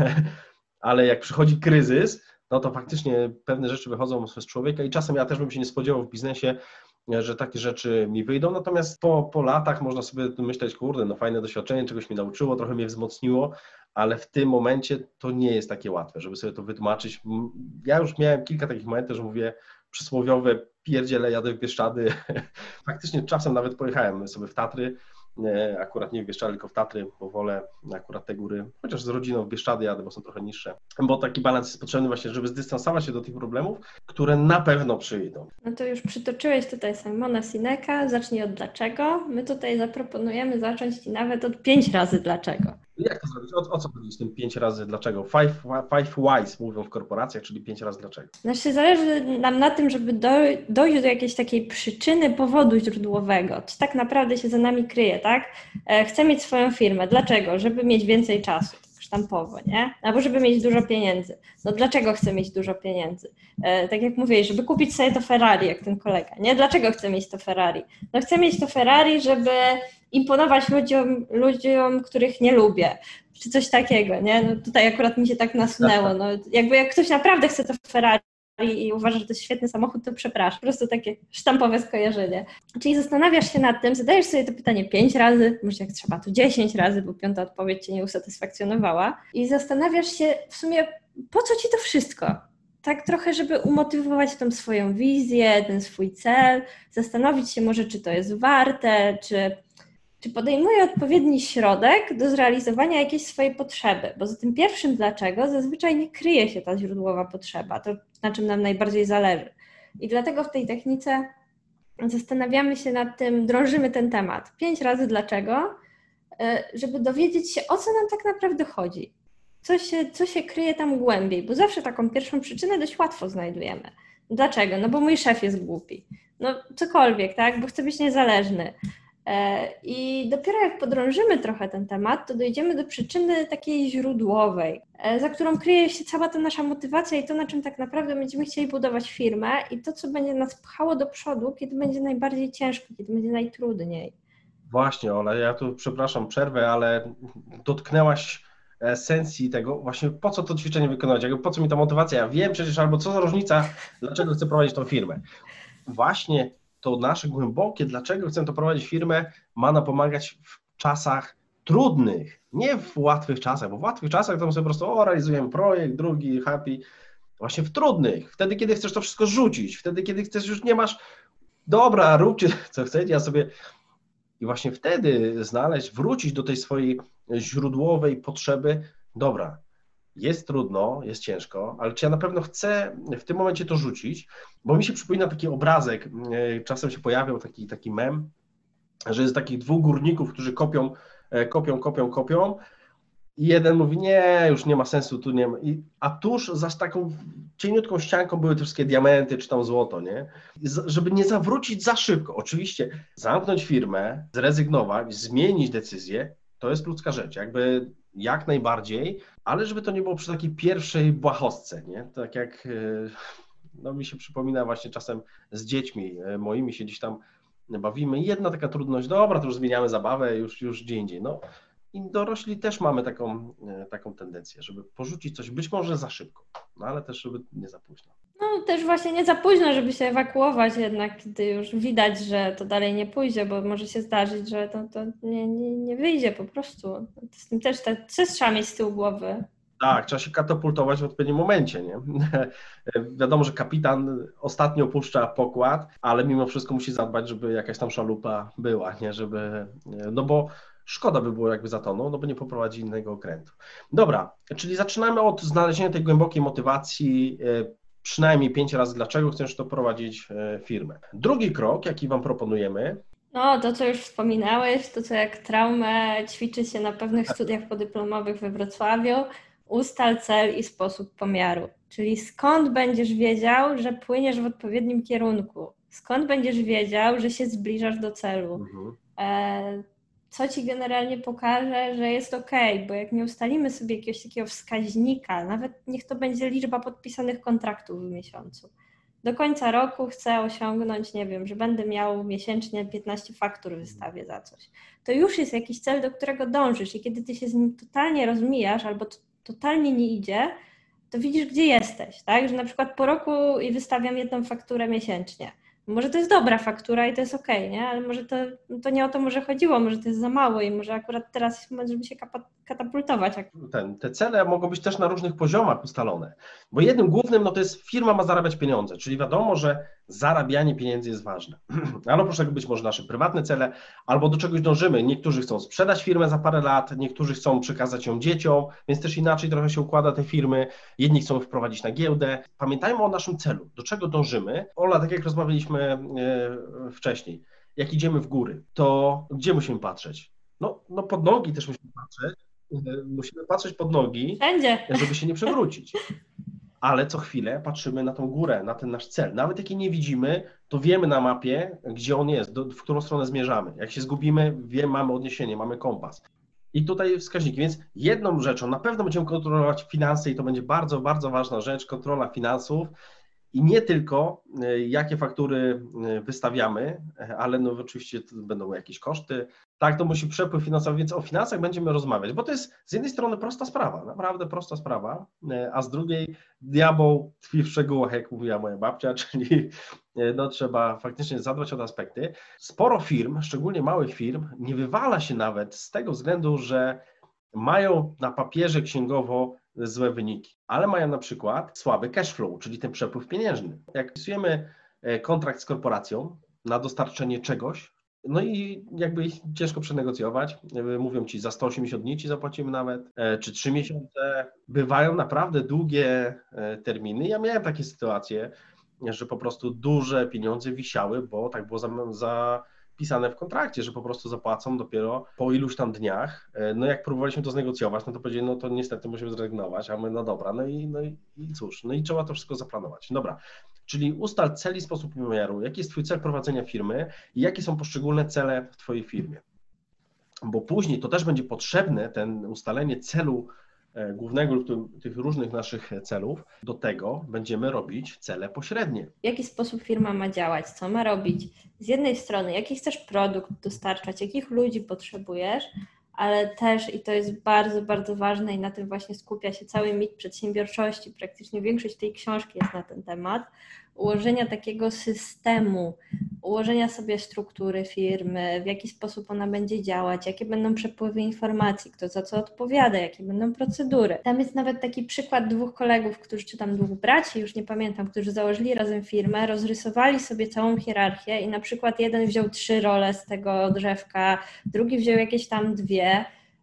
ale jak przychodzi kryzys, no to faktycznie pewne rzeczy wychodzą z człowieka i czasem ja też bym się nie spodziewał w biznesie, że takie rzeczy mi wyjdą, natomiast po, po latach można sobie myśleć, kurde, no fajne doświadczenie, czegoś mi nauczyło, trochę mnie wzmocniło, ale w tym momencie to nie jest takie łatwe, żeby sobie to wytłumaczyć. Ja już miałem kilka takich momentów, że mówię przysłowiowe pierdziele, jadę w Bieszczady. Faktycznie czasem nawet pojechałem sobie w Tatry, akurat nie w Bieszczady, tylko w Tatry, bo wolę akurat te góry, chociaż z rodziną w Bieszczady jadę, bo są trochę niższe, bo taki balans jest potrzebny właśnie, żeby zdystansować się do tych problemów, które na pewno przyjdą. No to już przytoczyłeś tutaj Simona Sineka, zacznij od dlaczego. My tutaj zaproponujemy zacząć Ci nawet od pięć razy dlaczego. Jak to zrobić? O, o co chodzi z tym pięć razy dlaczego? Five, five whys mówią w korporacjach, czyli pięć razy dlaczego. Znaczy zależy nam na tym, żeby do, dojść do jakiejś takiej przyczyny, powodu źródłowego, co tak naprawdę się za nami kryje, tak? E, chcę mieć swoją firmę. Dlaczego? Żeby mieć więcej czasu, sztampowo, nie? Albo żeby mieć dużo pieniędzy. No dlaczego chcę mieć dużo pieniędzy? E, tak jak mówiłeś, żeby kupić sobie to Ferrari, jak ten kolega, nie? Dlaczego chcę mieć to Ferrari? No chcę mieć to Ferrari, żeby imponować ludziom, ludziom, których nie lubię, czy coś takiego, nie? No tutaj akurat mi się tak nasunęło, no jakby jak ktoś naprawdę chce to Ferrari i uważa, że to jest świetny samochód, to przepraszam, po prostu takie sztampowe skojarzenie. Czyli zastanawiasz się nad tym, zadajesz sobie to pytanie pięć razy, może jak trzeba to dziesięć razy, bo piąta odpowiedź Cię nie usatysfakcjonowała i zastanawiasz się w sumie, po co Ci to wszystko? Tak trochę, żeby umotywować tą swoją wizję, ten swój cel, zastanowić się może, czy to jest warte, czy Czy podejmuje odpowiedni środek do zrealizowania jakiejś swojej potrzeby? Bo za tym pierwszym dlaczego zazwyczaj nie kryje się ta źródłowa potrzeba, to na czym nam najbardziej zależy. I dlatego w tej technice zastanawiamy się nad tym, drążymy ten temat pięć razy dlaczego, żeby dowiedzieć się, o co nam tak naprawdę chodzi. Co się, co się kryje tam głębiej, bo zawsze taką pierwszą przyczynę dość łatwo znajdujemy. Dlaczego? No bo mój szef jest głupi. No cokolwiek, tak? Bo chce być niezależny. I dopiero jak podrążymy trochę ten temat, to dojdziemy do przyczyny takiej źródłowej, za którą kryje się cała ta nasza motywacja i to, na czym tak naprawdę będziemy chcieli budować firmę i to, co będzie nas pchało do przodu, kiedy będzie najbardziej ciężko, kiedy będzie najtrudniej. Właśnie, Ola, ja tu przepraszam, przerwę, ale dotknęłaś esencji tego, właśnie po co to ćwiczenie wykonywać, po co mi ta motywacja, ja wiem przecież, albo co za różnica, dlaczego chcę prowadzić tą firmę. Właśnie to nasze głębokie, dlaczego chcę to prowadzić firmę, ma nam pomagać w czasach trudnych, nie w łatwych czasach, bo w łatwych czasach to my sobie po prostu o, realizujemy projekt, drugi, happy, właśnie w trudnych, wtedy, kiedy chcesz to wszystko rzucić, wtedy, kiedy chcesz, już nie masz, dobra, róbcie co chcecie, ja sobie i właśnie wtedy znaleźć, wrócić do tej swojej źródłowej potrzeby, dobra, jest trudno, jest ciężko, ale czy ja na pewno chcę w tym momencie to rzucić, bo mi się przypomina taki obrazek, czasem się pojawiał taki, taki mem, że jest takich dwóch górników, którzy kopią, kopią, kopią, kopią i jeden mówi, nie, już nie ma sensu, tu nie ma, I, a tuż za taką cieniutką ścianką były te wszystkie diamenty czy tam złoto, nie? Żeby nie zawrócić za szybko, oczywiście zamknąć firmę, zrezygnować, zmienić decyzję, to jest ludzka rzecz, jakby jak najbardziej, ale żeby to nie było przy takiej pierwszej błahostce, nie? Tak jak no, mi się przypomina właśnie czasem z dziećmi moimi się gdzieś tam bawimy i jedna taka trudność, dobra, to już zmieniamy zabawę, już, już gdzie indziej, no. I dorośli też mamy taką, taką tendencję, żeby porzucić coś być może za szybko, no ale też żeby nie za późno. No też właśnie nie za późno, żeby się ewakuować jednak, kiedy już widać, że to dalej nie pójdzie, bo może się zdarzyć, że to, to nie, nie, nie wyjdzie po prostu. Z tym też, też trzeba mieć z tyłu głowy. Tak, trzeba się katapultować w odpowiednim momencie, nie? Wiadomo, że kapitan ostatnio opuszcza pokład, ale mimo wszystko musi zadbać, żeby jakaś tam szalupa była, nie? Żeby, no bo szkoda by było, jakby zatonął, no bo nie poprowadzi innego okrętu. Dobra, czyli zaczynamy od znalezienia tej głębokiej motywacji, przynajmniej pięć razy, dlaczego chcesz to prowadzić firmę. Drugi krok, jaki Wam proponujemy. No, to co już wspominałeś, to co jak traumę ćwiczy się na pewnych studiach podyplomowych we Wrocławiu, ustal cel i sposób pomiaru. Czyli skąd będziesz wiedział, że płyniesz w odpowiednim kierunku? Skąd będziesz wiedział, że się zbliżasz do celu? Mhm. E, co Ci generalnie pokaże, że jest ok, bo jak nie ustalimy sobie jakiegoś takiego wskaźnika, nawet niech to będzie liczba podpisanych kontraktów w miesiącu, do końca roku chcę osiągnąć, nie wiem, że będę miał miesięcznie piętnaście faktur w wystawie za coś, to już jest jakiś cel, do którego dążysz i kiedy Ty się z nim totalnie rozmijasz albo t- totalnie nie idzie, to widzisz, gdzie jesteś, tak? Że na przykład po roku i wystawiam jedną fakturę miesięcznie. Może to jest dobra faktura i to jest okej, nie? Ale może to, to nie o to może chodziło, może to jest za mało i może akurat teraz jest moment, żeby się katapultować. Ten, te cele mogą być też na różnych poziomach ustalone, bo jednym głównym no to jest firma ma zarabiać pieniądze, czyli wiadomo, że zarabianie pieniędzy jest ważne, ale oprócz tego być może nasze prywatne cele, albo do czegoś dążymy. Niektórzy chcą sprzedać firmę za parę lat, niektórzy chcą przekazać ją dzieciom, więc też inaczej trochę się układa te firmy, jedni chcą wprowadzić na giełdę. Pamiętajmy o naszym celu, do czego dążymy. Ola, tak jak rozmawialiśmy wcześniej, jak idziemy w góry, to gdzie musimy patrzeć? No, no pod nogi też musimy patrzeć. Musimy patrzeć pod nogi, Wszędzie, żeby się nie przewrócić. Ale co chwilę patrzymy na tą górę, na ten nasz cel. Nawet jak jej nie widzimy, to wiemy na mapie, gdzie on jest, do, w którą stronę zmierzamy. Jak się zgubimy, wiemy, mamy odniesienie, mamy kompas. I tutaj wskaźniki. Więc jedną rzeczą, na pewno będziemy kontrolować finanse i to będzie bardzo, bardzo ważna rzecz, kontrola finansów. I nie tylko jakie faktury wystawiamy, ale no oczywiście będą jakieś koszty. Tak, to musi przepływ finansowy, więc o finansach będziemy rozmawiać, bo to jest z jednej strony prosta sprawa, naprawdę prosta sprawa, a z drugiej diabeł tkwi w szczegółach, jak mówiła moja babcia, czyli no trzeba faktycznie zadbać o te aspekty. Sporo firm, szczególnie małych firm, nie wywala się nawet z tego względu, że mają na papierze księgowo złe wyniki, ale mają na przykład słaby cash flow, czyli ten przepływ pieniężny. Jak wpisujemy kontrakt z korporacją na dostarczenie czegoś, no i jakby ich ciężko przenegocjować, mówią Ci za sto osiemdziesiąt dni Ci zapłacimy nawet, czy trzy miesiące, bywają naprawdę długie terminy. Ja miałem takie sytuacje, że po prostu duże pieniądze wisiały, bo tak było za, za pisane w kontrakcie, że po prostu zapłacą dopiero po iluś tam dniach. No jak próbowaliśmy to znegocjować, no to powiedzieli, no to niestety musimy zrezygnować, a my no dobra, no i, no i, i cóż, no i trzeba to wszystko zaplanować. Dobra, czyli ustal cel i sposób pomiaru, jaki jest Twój cel prowadzenia firmy i jakie są poszczególne cele w Twojej firmie. Bo później to też będzie potrzebne, ten ustalenie celu głównego lub tych różnych naszych celów, do tego będziemy robić cele pośrednie. W jaki sposób firma ma działać, co ma robić? Z jednej strony, jaki chcesz produkt dostarczać, jakich ludzi potrzebujesz, ale też, i to jest bardzo, bardzo ważne i na tym właśnie skupia się cały mit przedsiębiorczości, praktycznie większość tej książki jest na ten temat, ułożenia takiego systemu, ułożenia sobie struktury firmy, w jaki sposób ona będzie działać, jakie będą przepływy informacji, kto za co odpowiada, jakie będą procedury. Tam jest nawet taki przykład dwóch kolegów, którzy, czy tam dwóch braci, już nie pamiętam, którzy założyli razem firmę, rozrysowali sobie całą hierarchię i na przykład jeden wziął trzy role z tego drzewka, drugi wziął jakieś tam dwie,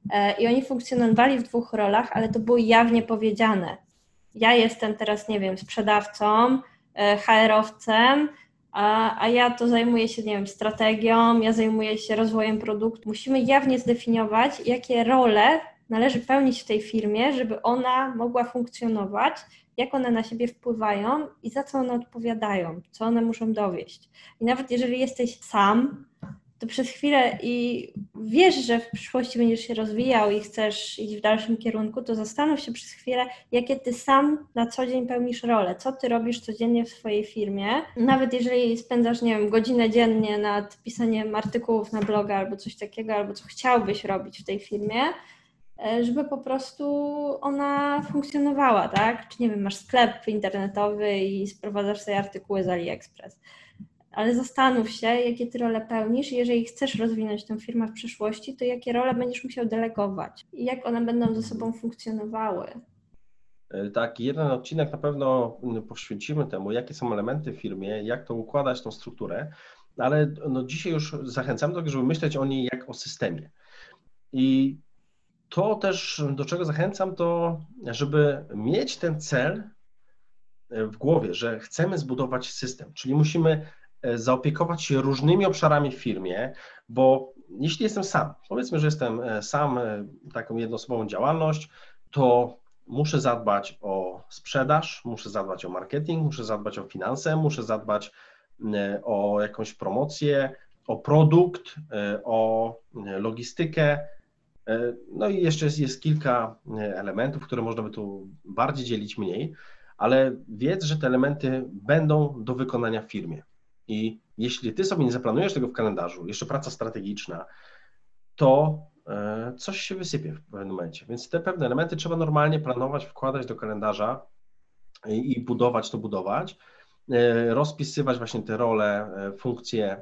i oni funkcjonowali w dwóch rolach, ale to było jawnie powiedziane. Ja jestem teraz, nie wiem, sprzedawcą, H R-owcem, a, a ja to zajmuję się, nie wiem, strategią, ja zajmuję się rozwojem produktu. Musimy jawnie zdefiniować, jakie role należy pełnić w tej firmie, żeby ona mogła funkcjonować, jak one na siebie wpływają i za co one odpowiadają, co one muszą dowieść. I nawet jeżeli jesteś sam, to przez chwilę i wiesz, że w przyszłości będziesz się rozwijał i chcesz iść w dalszym kierunku, to zastanów się przez chwilę, jakie ty sam na co dzień pełnisz rolę, co ty robisz codziennie w swojej firmie. Nawet jeżeli spędzasz, nie wiem, godzinę dziennie nad pisaniem artykułów na bloga albo coś takiego, albo co chciałbyś robić w tej firmie, żeby po prostu ona funkcjonowała, tak? Czy nie wiem, masz sklep internetowy i sprowadzasz sobie artykuły z AliExpress. Ale zastanów się, jakie ty role pełnisz i jeżeli chcesz rozwinąć tę firmę w przyszłości, to jakie role będziesz musiał delegować i jak one będą ze sobą funkcjonowały. Tak, jeden odcinek na pewno poświęcimy temu, jakie są elementy w firmie, jak to układać, tą strukturę, ale no dzisiaj już zachęcam do tego, żeby myśleć o niej jak o systemie. I to też, do czego zachęcam, to żeby mieć ten cel w głowie, że chcemy zbudować system, czyli musimy zaopiekować się różnymi obszarami w firmie, bo jeśli jestem sam, powiedzmy, że jestem sam, taką jednoosobową działalność, to muszę zadbać o sprzedaż, muszę zadbać o marketing, muszę zadbać o finanse, muszę zadbać o jakąś promocję, o produkt, o logistykę. No i jeszcze jest, jest kilka elementów, które można by tu bardziej dzielić, mniej, ale wiedz, że te elementy będą do wykonania w firmie. I jeśli ty sobie nie zaplanujesz tego w kalendarzu, jeszcze praca strategiczna, to coś się wysypie w pewnym momencie. Więc te pewne elementy trzeba normalnie planować, wkładać do kalendarza i budować to, budować, rozpisywać właśnie te role, funkcje,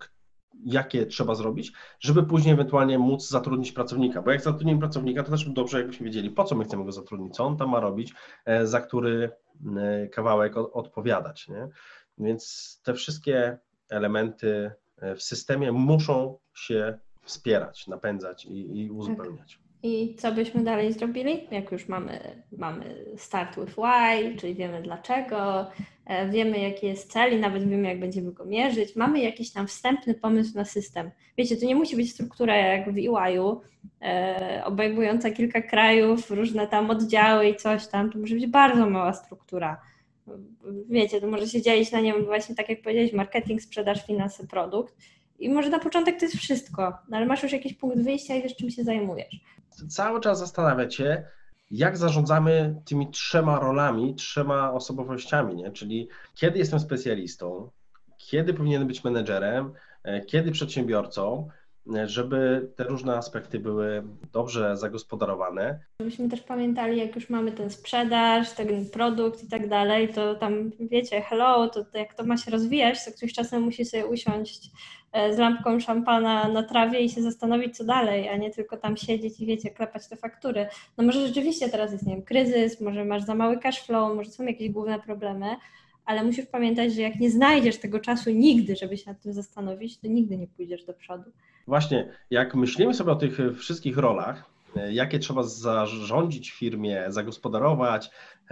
jakie trzeba zrobić, żeby później ewentualnie móc zatrudnić pracownika, bo jak zatrudnimy pracownika, to też dobrze, jakbyśmy wiedzieli, po co my chcemy go zatrudnić, co on tam ma robić, za który kawałek odpowiadać, nie? Więc te wszystkie elementy w systemie muszą się wspierać, napędzać i, i uzupełniać. Tak. I co byśmy dalej zrobili? Jak już mamy, mamy start with why, czyli wiemy dlaczego, wiemy jaki jest cel i nawet wiemy jak będziemy go mierzyć, mamy jakiś tam wstępny pomysł na system. Wiecie, to nie musi być struktura jak w E Y-u, e, obejmująca kilka krajów, różne tam oddziały i coś tam, to może być bardzo mała struktura. Wiecie, to może się dzielić na nią właśnie tak jak powiedziałeś, marketing, sprzedaż, finanse, produkt. I może na początek to jest wszystko, no ale masz już jakiś punkt wyjścia i wiesz, czym się zajmujesz. Cały czas zastanawiać się, jak zarządzamy tymi trzema rolami, trzema osobowościami, nie? Czyli kiedy jestem specjalistą, kiedy powinienem być menedżerem, kiedy przedsiębiorcą, żeby te różne aspekty były dobrze zagospodarowane. Żebyśmy też pamiętali, jak już mamy ten sprzedaż, ten produkt i tak dalej, to tam wiecie, hello, to, to jak to ma się rozwijać, to ktoś czasem musi sobie usiąść z lampką szampana na trawie i się zastanowić, co dalej, a nie tylko tam siedzieć i wiecie, klepać te faktury. No może rzeczywiście teraz jest, nie wiem, kryzys, może masz za mały cash flow, może są jakieś główne problemy, ale musisz pamiętać, że jak nie znajdziesz tego czasu nigdy, żeby się nad tym zastanowić, to nigdy nie pójdziesz do przodu. Właśnie, jak myślimy sobie o tych wszystkich rolach, jakie trzeba zarządzić w firmie, zagospodarować,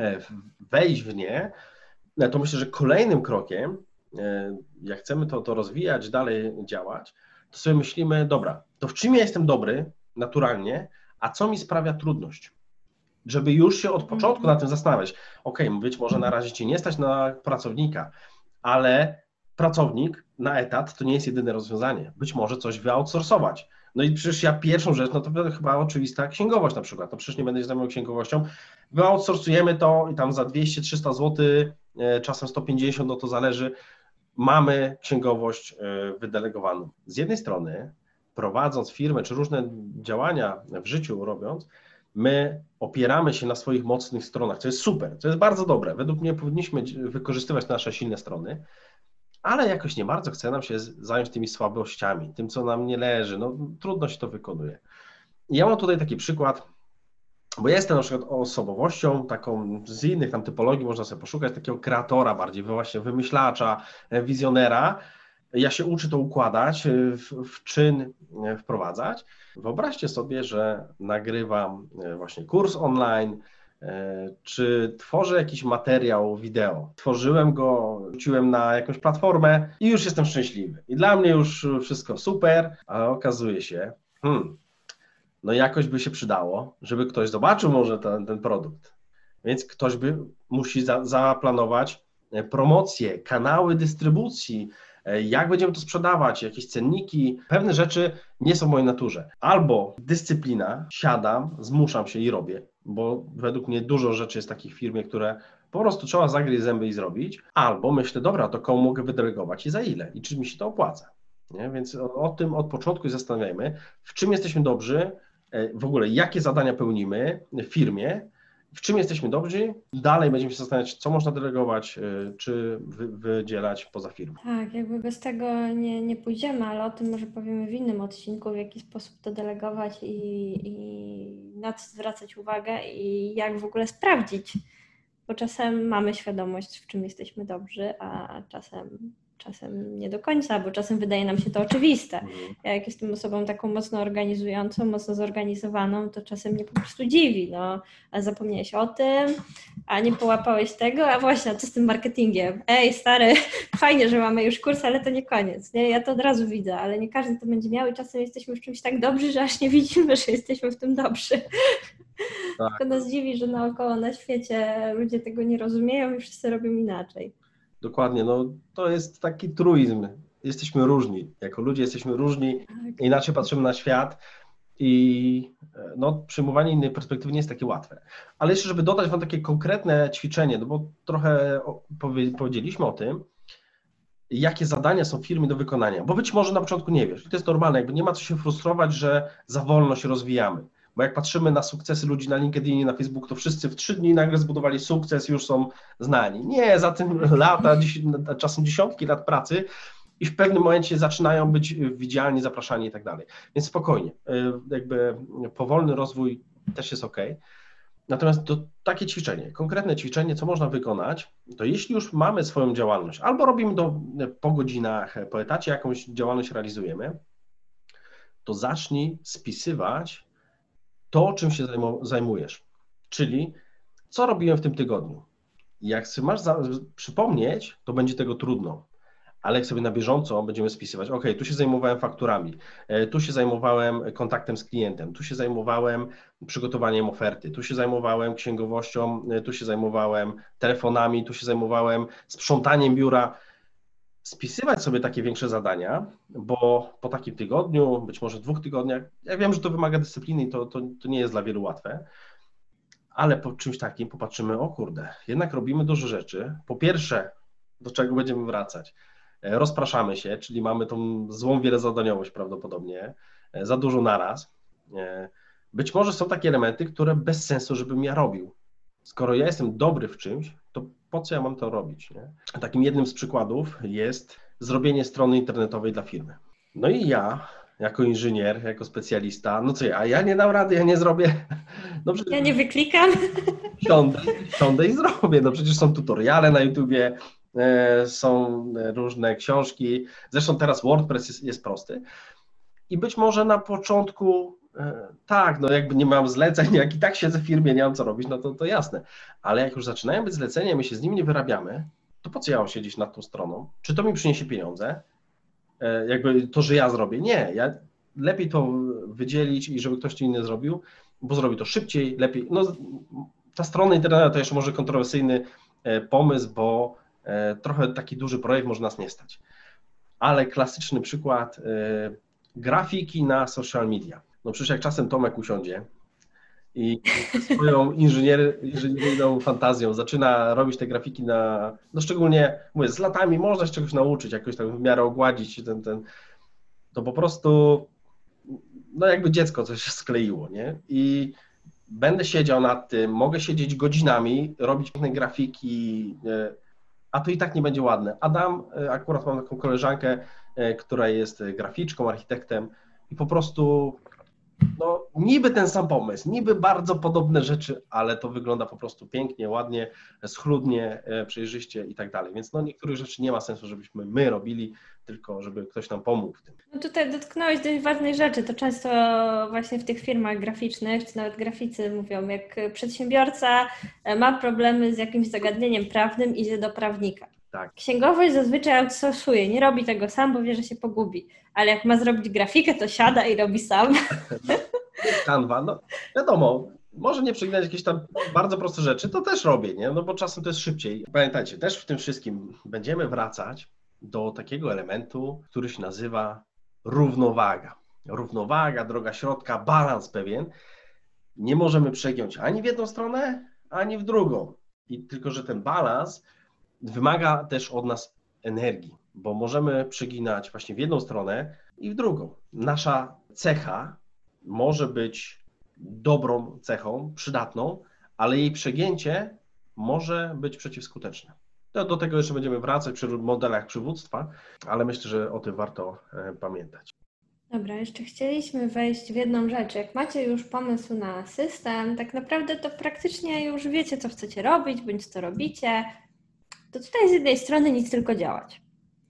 wejść w nie, to myślę, że kolejnym krokiem, jak chcemy to, to rozwijać, dalej działać, to sobie myślimy, dobra, to w czym ja jestem dobry naturalnie, a co mi sprawia trudność? Żeby już się od początku na tym zastanawiać. Ok, być może na razie Cię nie stać na pracownika, ale pracownik na etat to nie jest jedyne rozwiązanie. Być może coś wyoutsourcować. No i przecież ja pierwszą rzecz, no to chyba oczywista księgowość na przykład. No przecież nie będę się zajmował księgowością. Wyoutsourcujemy to i tam za dwieście trzysta złotych, czasem sto pięćdziesiąt, no to zależy. Mamy księgowość wydelegowaną. Z jednej strony, prowadząc firmę, czy różne działania w życiu robiąc, my opieramy się na swoich mocnych stronach, co jest super, co jest bardzo dobre. Według mnie powinniśmy wykorzystywać nasze silne strony, ale jakoś nie bardzo chce nam się zająć tymi słabościami, tym, co nam nie leży. No, trudno się to wykonuje. I ja mam tutaj taki przykład, bo ja jestem na przykład osobowością, taką z innych tam typologii można sobie poszukać, takiego kreatora bardziej, właśnie wymyślacza, wizjonera ja się uczę to układać, w, w czyn wprowadzać. Wyobraźcie sobie, że nagrywam właśnie kurs online, czy tworzę jakiś materiał wideo. Tworzyłem go, wrzuciłem na jakąś platformę i już jestem szczęśliwy. I dla mnie już wszystko super, a okazuje się, hmm, no jakoś by się przydało, żeby ktoś zobaczył może ten, ten produkt. Więc ktoś by musi za, zaplanować promocje, kanały dystrybucji, jak będziemy to sprzedawać, jakieś cenniki. Pewne rzeczy nie są w mojej naturze. Albo dyscyplina, siadam, zmuszam się i robię, bo według mnie dużo rzeczy jest takich w firmie, które po prostu trzeba zagryźć zęby i zrobić. Albo myślę, dobra, to komu mogę wydelegować i za ile? I czy mi się to opłaca? Nie? Więc o, o tym od początku zastanawiajmy, w czym jesteśmy dobrzy, w ogóle jakie zadania pełnimy w firmie, w czym jesteśmy dobrzy, dalej będziemy się zastanawiać, co można delegować, czy wy, wydzielać poza firmą. Tak, jakby bez tego nie, nie pójdziemy, ale o tym może powiemy w innym odcinku, w jaki sposób to delegować i, i na co zwracać uwagę i jak w ogóle sprawdzić, bo czasem mamy świadomość, w czym jesteśmy dobrzy, a czasem, czasem nie do końca, bo czasem wydaje nam się to oczywiste. Ja jak jestem osobą taką mocno organizującą, mocno zorganizowaną, to czasem mnie po prostu dziwi, no, a zapomniałeś o tym, a nie połapałeś tego, a właśnie, a co z tym marketingiem? Ej, stary, fajnie, że mamy już kurs, ale to nie koniec, nie? Ja to od razu widzę, ale nie każdy to będzie miał i czasem jesteśmy w czymś tak dobrzy, że aż nie widzimy, że jesteśmy w tym dobrzy. Tak. Tylko nas dziwi, że naokoło na świecie ludzie tego nie rozumieją i wszyscy robią inaczej. Dokładnie, no to jest taki truizm. Jesteśmy różni. Jako ludzie jesteśmy różni, tak. Inaczej patrzymy na świat i no, przyjmowanie innej perspektywy nie jest takie łatwe. Ale jeszcze, żeby dodać Wam takie konkretne ćwiczenie, no bo trochę powiedzieliśmy o tym, jakie zadania są w firmie do wykonania, bo być może na początku nie wiesz. I to jest normalne, jakby nie ma co się frustrować, że za wolno się rozwijamy. Bo jak patrzymy na sukcesy ludzi na LinkedInie, na Facebooku, to wszyscy w trzy dni nagle zbudowali sukces i już są znani. Nie, za tym lata, czasem dziesiątki lat pracy i w pewnym momencie zaczynają być widzialni, zapraszani i tak dalej. Więc spokojnie, jakby powolny rozwój też jest ok. Natomiast to takie ćwiczenie, konkretne ćwiczenie, co można wykonać, to jeśli już mamy swoją działalność, albo robimy to po godzinach, po etacie jakąś działalność realizujemy, to zacznij spisywać to, czym się zajmujesz, czyli co robiłem w tym tygodniu. Jak sobie masz za, przypomnieć, to będzie tego trudno, ale jak sobie na bieżąco będziemy spisywać, ok, tu się zajmowałem fakturami, tu się zajmowałem kontaktem z klientem, tu się zajmowałem przygotowaniem oferty, tu się zajmowałem księgowością, tu się zajmowałem telefonami, tu się zajmowałem sprzątaniem biura. Spisywać sobie takie większe zadania, bo po takim tygodniu, być może dwóch tygodniach, ja wiem, że to wymaga dyscypliny i to, to, to nie jest dla wielu łatwe, ale po czymś takim popatrzymy, o kurde, jednak robimy dużo rzeczy. Po pierwsze, do czego będziemy wracać? Rozpraszamy się, czyli mamy tą złą wielozadaniowość prawdopodobnie, za dużo naraz. Być może są takie elementy, które bez sensu, żebym ja robił. Skoro ja jestem dobry w czymś, to po co ja mam to robić? Nie? Takim jednym z przykładów jest zrobienie strony internetowej dla firmy. No i ja, jako inżynier, jako specjalista, no co ja, ja nie dam rady, ja nie zrobię. No przecież ja nie wyklikam. Siądę, siądę i zrobię. No przecież są tutoriale na YouTubie, e, są różne książki. Zresztą teraz WordPress jest, jest prosty. I być może na początku tak, no jakby nie mam zleceń, jak i tak siedzę w firmie, nie mam co robić, no to, to jasne. Ale jak już zaczynają być zlecenia, my się z nimi nie wyrabiamy, to po co ja mam siedzieć nad tą stroną? Czy to mi przyniesie pieniądze? Jakby to, że ja zrobię? Nie, ja lepiej to wydzielić i żeby ktoś inny zrobił, bo zrobi to szybciej, lepiej. No ta strona internetowa to jeszcze może kontrowersyjny pomysł, bo trochę taki duży projekt może nas nie stać. Ale klasyczny przykład, grafiki na social media. No przecież jak czasem Tomek usiądzie i swoją inżynier, inżynieryjną fantazją zaczyna robić te grafiki na, no szczególnie, mówię, z latami można się czegoś nauczyć, jakoś tak w miarę ogładzić ten, ten, to po prostu, no jakby dziecko coś się skleiło, nie? I będę siedział nad tym, mogę siedzieć godzinami, robić piękne grafiki, a to i tak nie będzie ładne. Adam, akurat mam taką koleżankę, która jest graficzką, architektem i po prostu no niby ten sam pomysł, niby bardzo podobne rzeczy, ale to wygląda po prostu pięknie, ładnie, schludnie, przejrzyście i tak dalej. Więc no niektórych rzeczy nie ma sensu, żebyśmy my robili, tylko żeby ktoś nam pomógł w tym. No tutaj dotknąłeś dość ważnej rzeczy. To często właśnie w tych firmach graficznych, czy nawet graficy mówią, jak przedsiębiorca ma problemy z jakimś zagadnieniem prawnym, idzie do prawnika. Tak. Księgowość zazwyczaj outsourcuje, nie robi tego sam, bo wie, że się pogubi. Ale jak ma zrobić grafikę, to siada i robi sam. Canva, no wiadomo, może nie przeginać jakieś tam bardzo proste rzeczy, to też robię, nie? No bo czasem to jest szybciej. Pamiętajcie, też w tym wszystkim będziemy wracać do takiego elementu, który się nazywa równowaga. Równowaga, droga środka, balans pewien. Nie możemy przegiąć ani w jedną stronę, ani w drugą. I tylko, że ten balans wymaga też od nas energii, bo możemy przeginać właśnie w jedną stronę i w drugą. Nasza cecha może być dobrą cechą, przydatną, ale jej przegięcie może być przeciwskuteczne. Do, do tego jeszcze będziemy wracać przy modelach przywództwa, ale myślę, że o tym warto e, pamiętać. Dobra, jeszcze chcieliśmy wejść w jedną rzecz. Jak macie już pomysł na system, tak naprawdę to praktycznie już wiecie, co chcecie robić, bądź co robicie, to tutaj z jednej strony nic, tylko działać.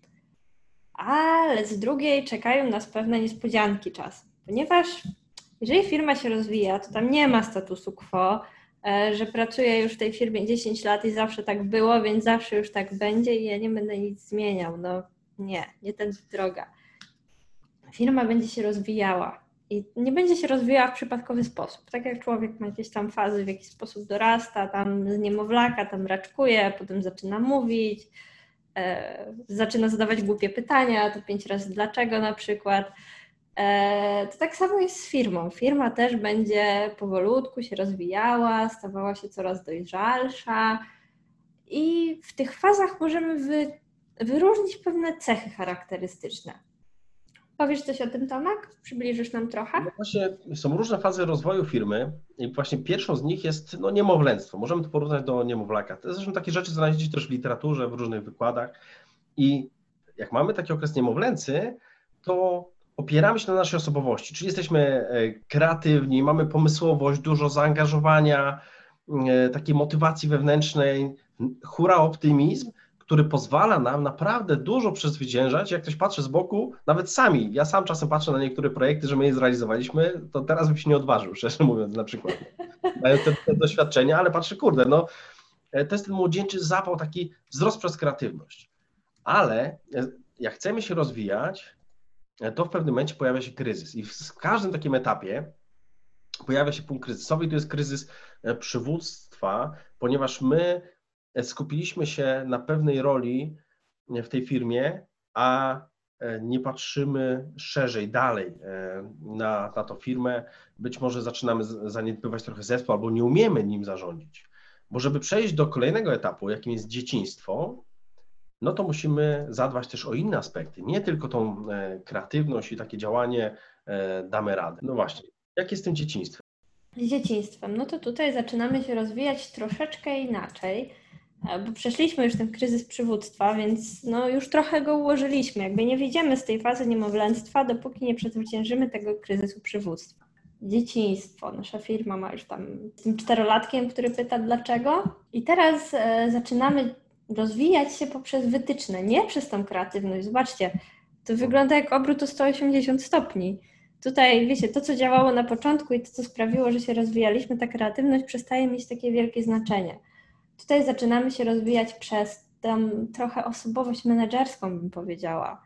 Ale z drugiej czekają nas pewne niespodzianki czasem, ponieważ jeżeli firma się rozwija, to tam nie ma statusu quo, że pracuję już w tej firmie dziesięć lat i zawsze tak było, więc zawsze już tak będzie i ja nie będę nic zmieniał. No nie, nie tędy droga. Firma będzie się rozwijała i nie będzie się rozwijała w przypadkowy sposób. Tak jak człowiek ma jakieś tam fazy, w jaki sposób dorasta, tam z niemowlaka, tam raczkuje, potem zaczyna mówić, e, zaczyna zadawać głupie pytania, to pięć razy dlaczego na przykład. E, to tak samo jest z firmą. Firma też będzie powolutku się rozwijała, stawała się coraz dojrzalsza i w tych fazach możemy wy, wyróżnić pewne cechy charakterystyczne. Powiesz coś o tym, Tomek? Przybliżysz nam trochę? No właśnie są różne fazy rozwoju firmy i właśnie pierwszą z nich jest no, niemowlęctwo. Możemy to porównać do niemowlaka. To zresztą takie rzeczy znajdziecie też w literaturze, w różnych wykładach i jak mamy taki okres niemowlęcy, to opieramy się na naszej osobowości, czyli jesteśmy kreatywni, mamy pomysłowość, dużo zaangażowania, takiej motywacji wewnętrznej, hura optymizm, który pozwala nam naprawdę dużo przezwyciężać. Jak ktoś patrzy z boku, nawet sami, ja sam czasem patrzę na niektóre projekty, że my je zrealizowaliśmy, to teraz bym się nie odważył, szczerze mówiąc, na przykład. Mają te, te doświadczenia, ale patrzę, kurde, no to jest ten młodzieńczy zapał, taki wzrost przez kreatywność. Ale jak chcemy się rozwijać, to w pewnym momencie pojawia się kryzys i w każdym takim etapie pojawia się punkt kryzysowy i to jest kryzys przywództwa, ponieważ my skupiliśmy się na pewnej roli w tej firmie, a nie patrzymy szerzej, dalej na, na tą firmę. Być może zaczynamy zaniedbywać trochę zespół albo nie umiemy nim zarządzić. Bo żeby przejść do kolejnego etapu, jakim jest dzieciństwo, no to musimy zadbać też o inne aspekty, nie tylko tą kreatywność i takie działanie damy radę. No właśnie, jak jest z tym dzieciństwem? Z dzieciństwem, no to tutaj zaczynamy się rozwijać troszeczkę inaczej, bo przeszliśmy już ten kryzys przywództwa, więc no już trochę go ułożyliśmy. Jakby nie wyjdziemy z tej fazy niemowlęctwa, dopóki nie przezwyciężymy tego kryzysu przywództwa. Dzieciństwo. Nasza firma ma już tam z tym czterolatkiem, który pyta dlaczego. I teraz e, zaczynamy rozwijać się poprzez wytyczne, nie przez tą kreatywność. Zobaczcie, to wygląda jak obrót o sto osiemdziesiąt stopni. Tutaj, wiecie, to co działało na początku i to co sprawiło, że się rozwijaliśmy, ta kreatywność przestaje mieć takie wielkie znaczenie. Tutaj zaczynamy się rozwijać przez tę trochę osobowość menedżerską, bym powiedziała,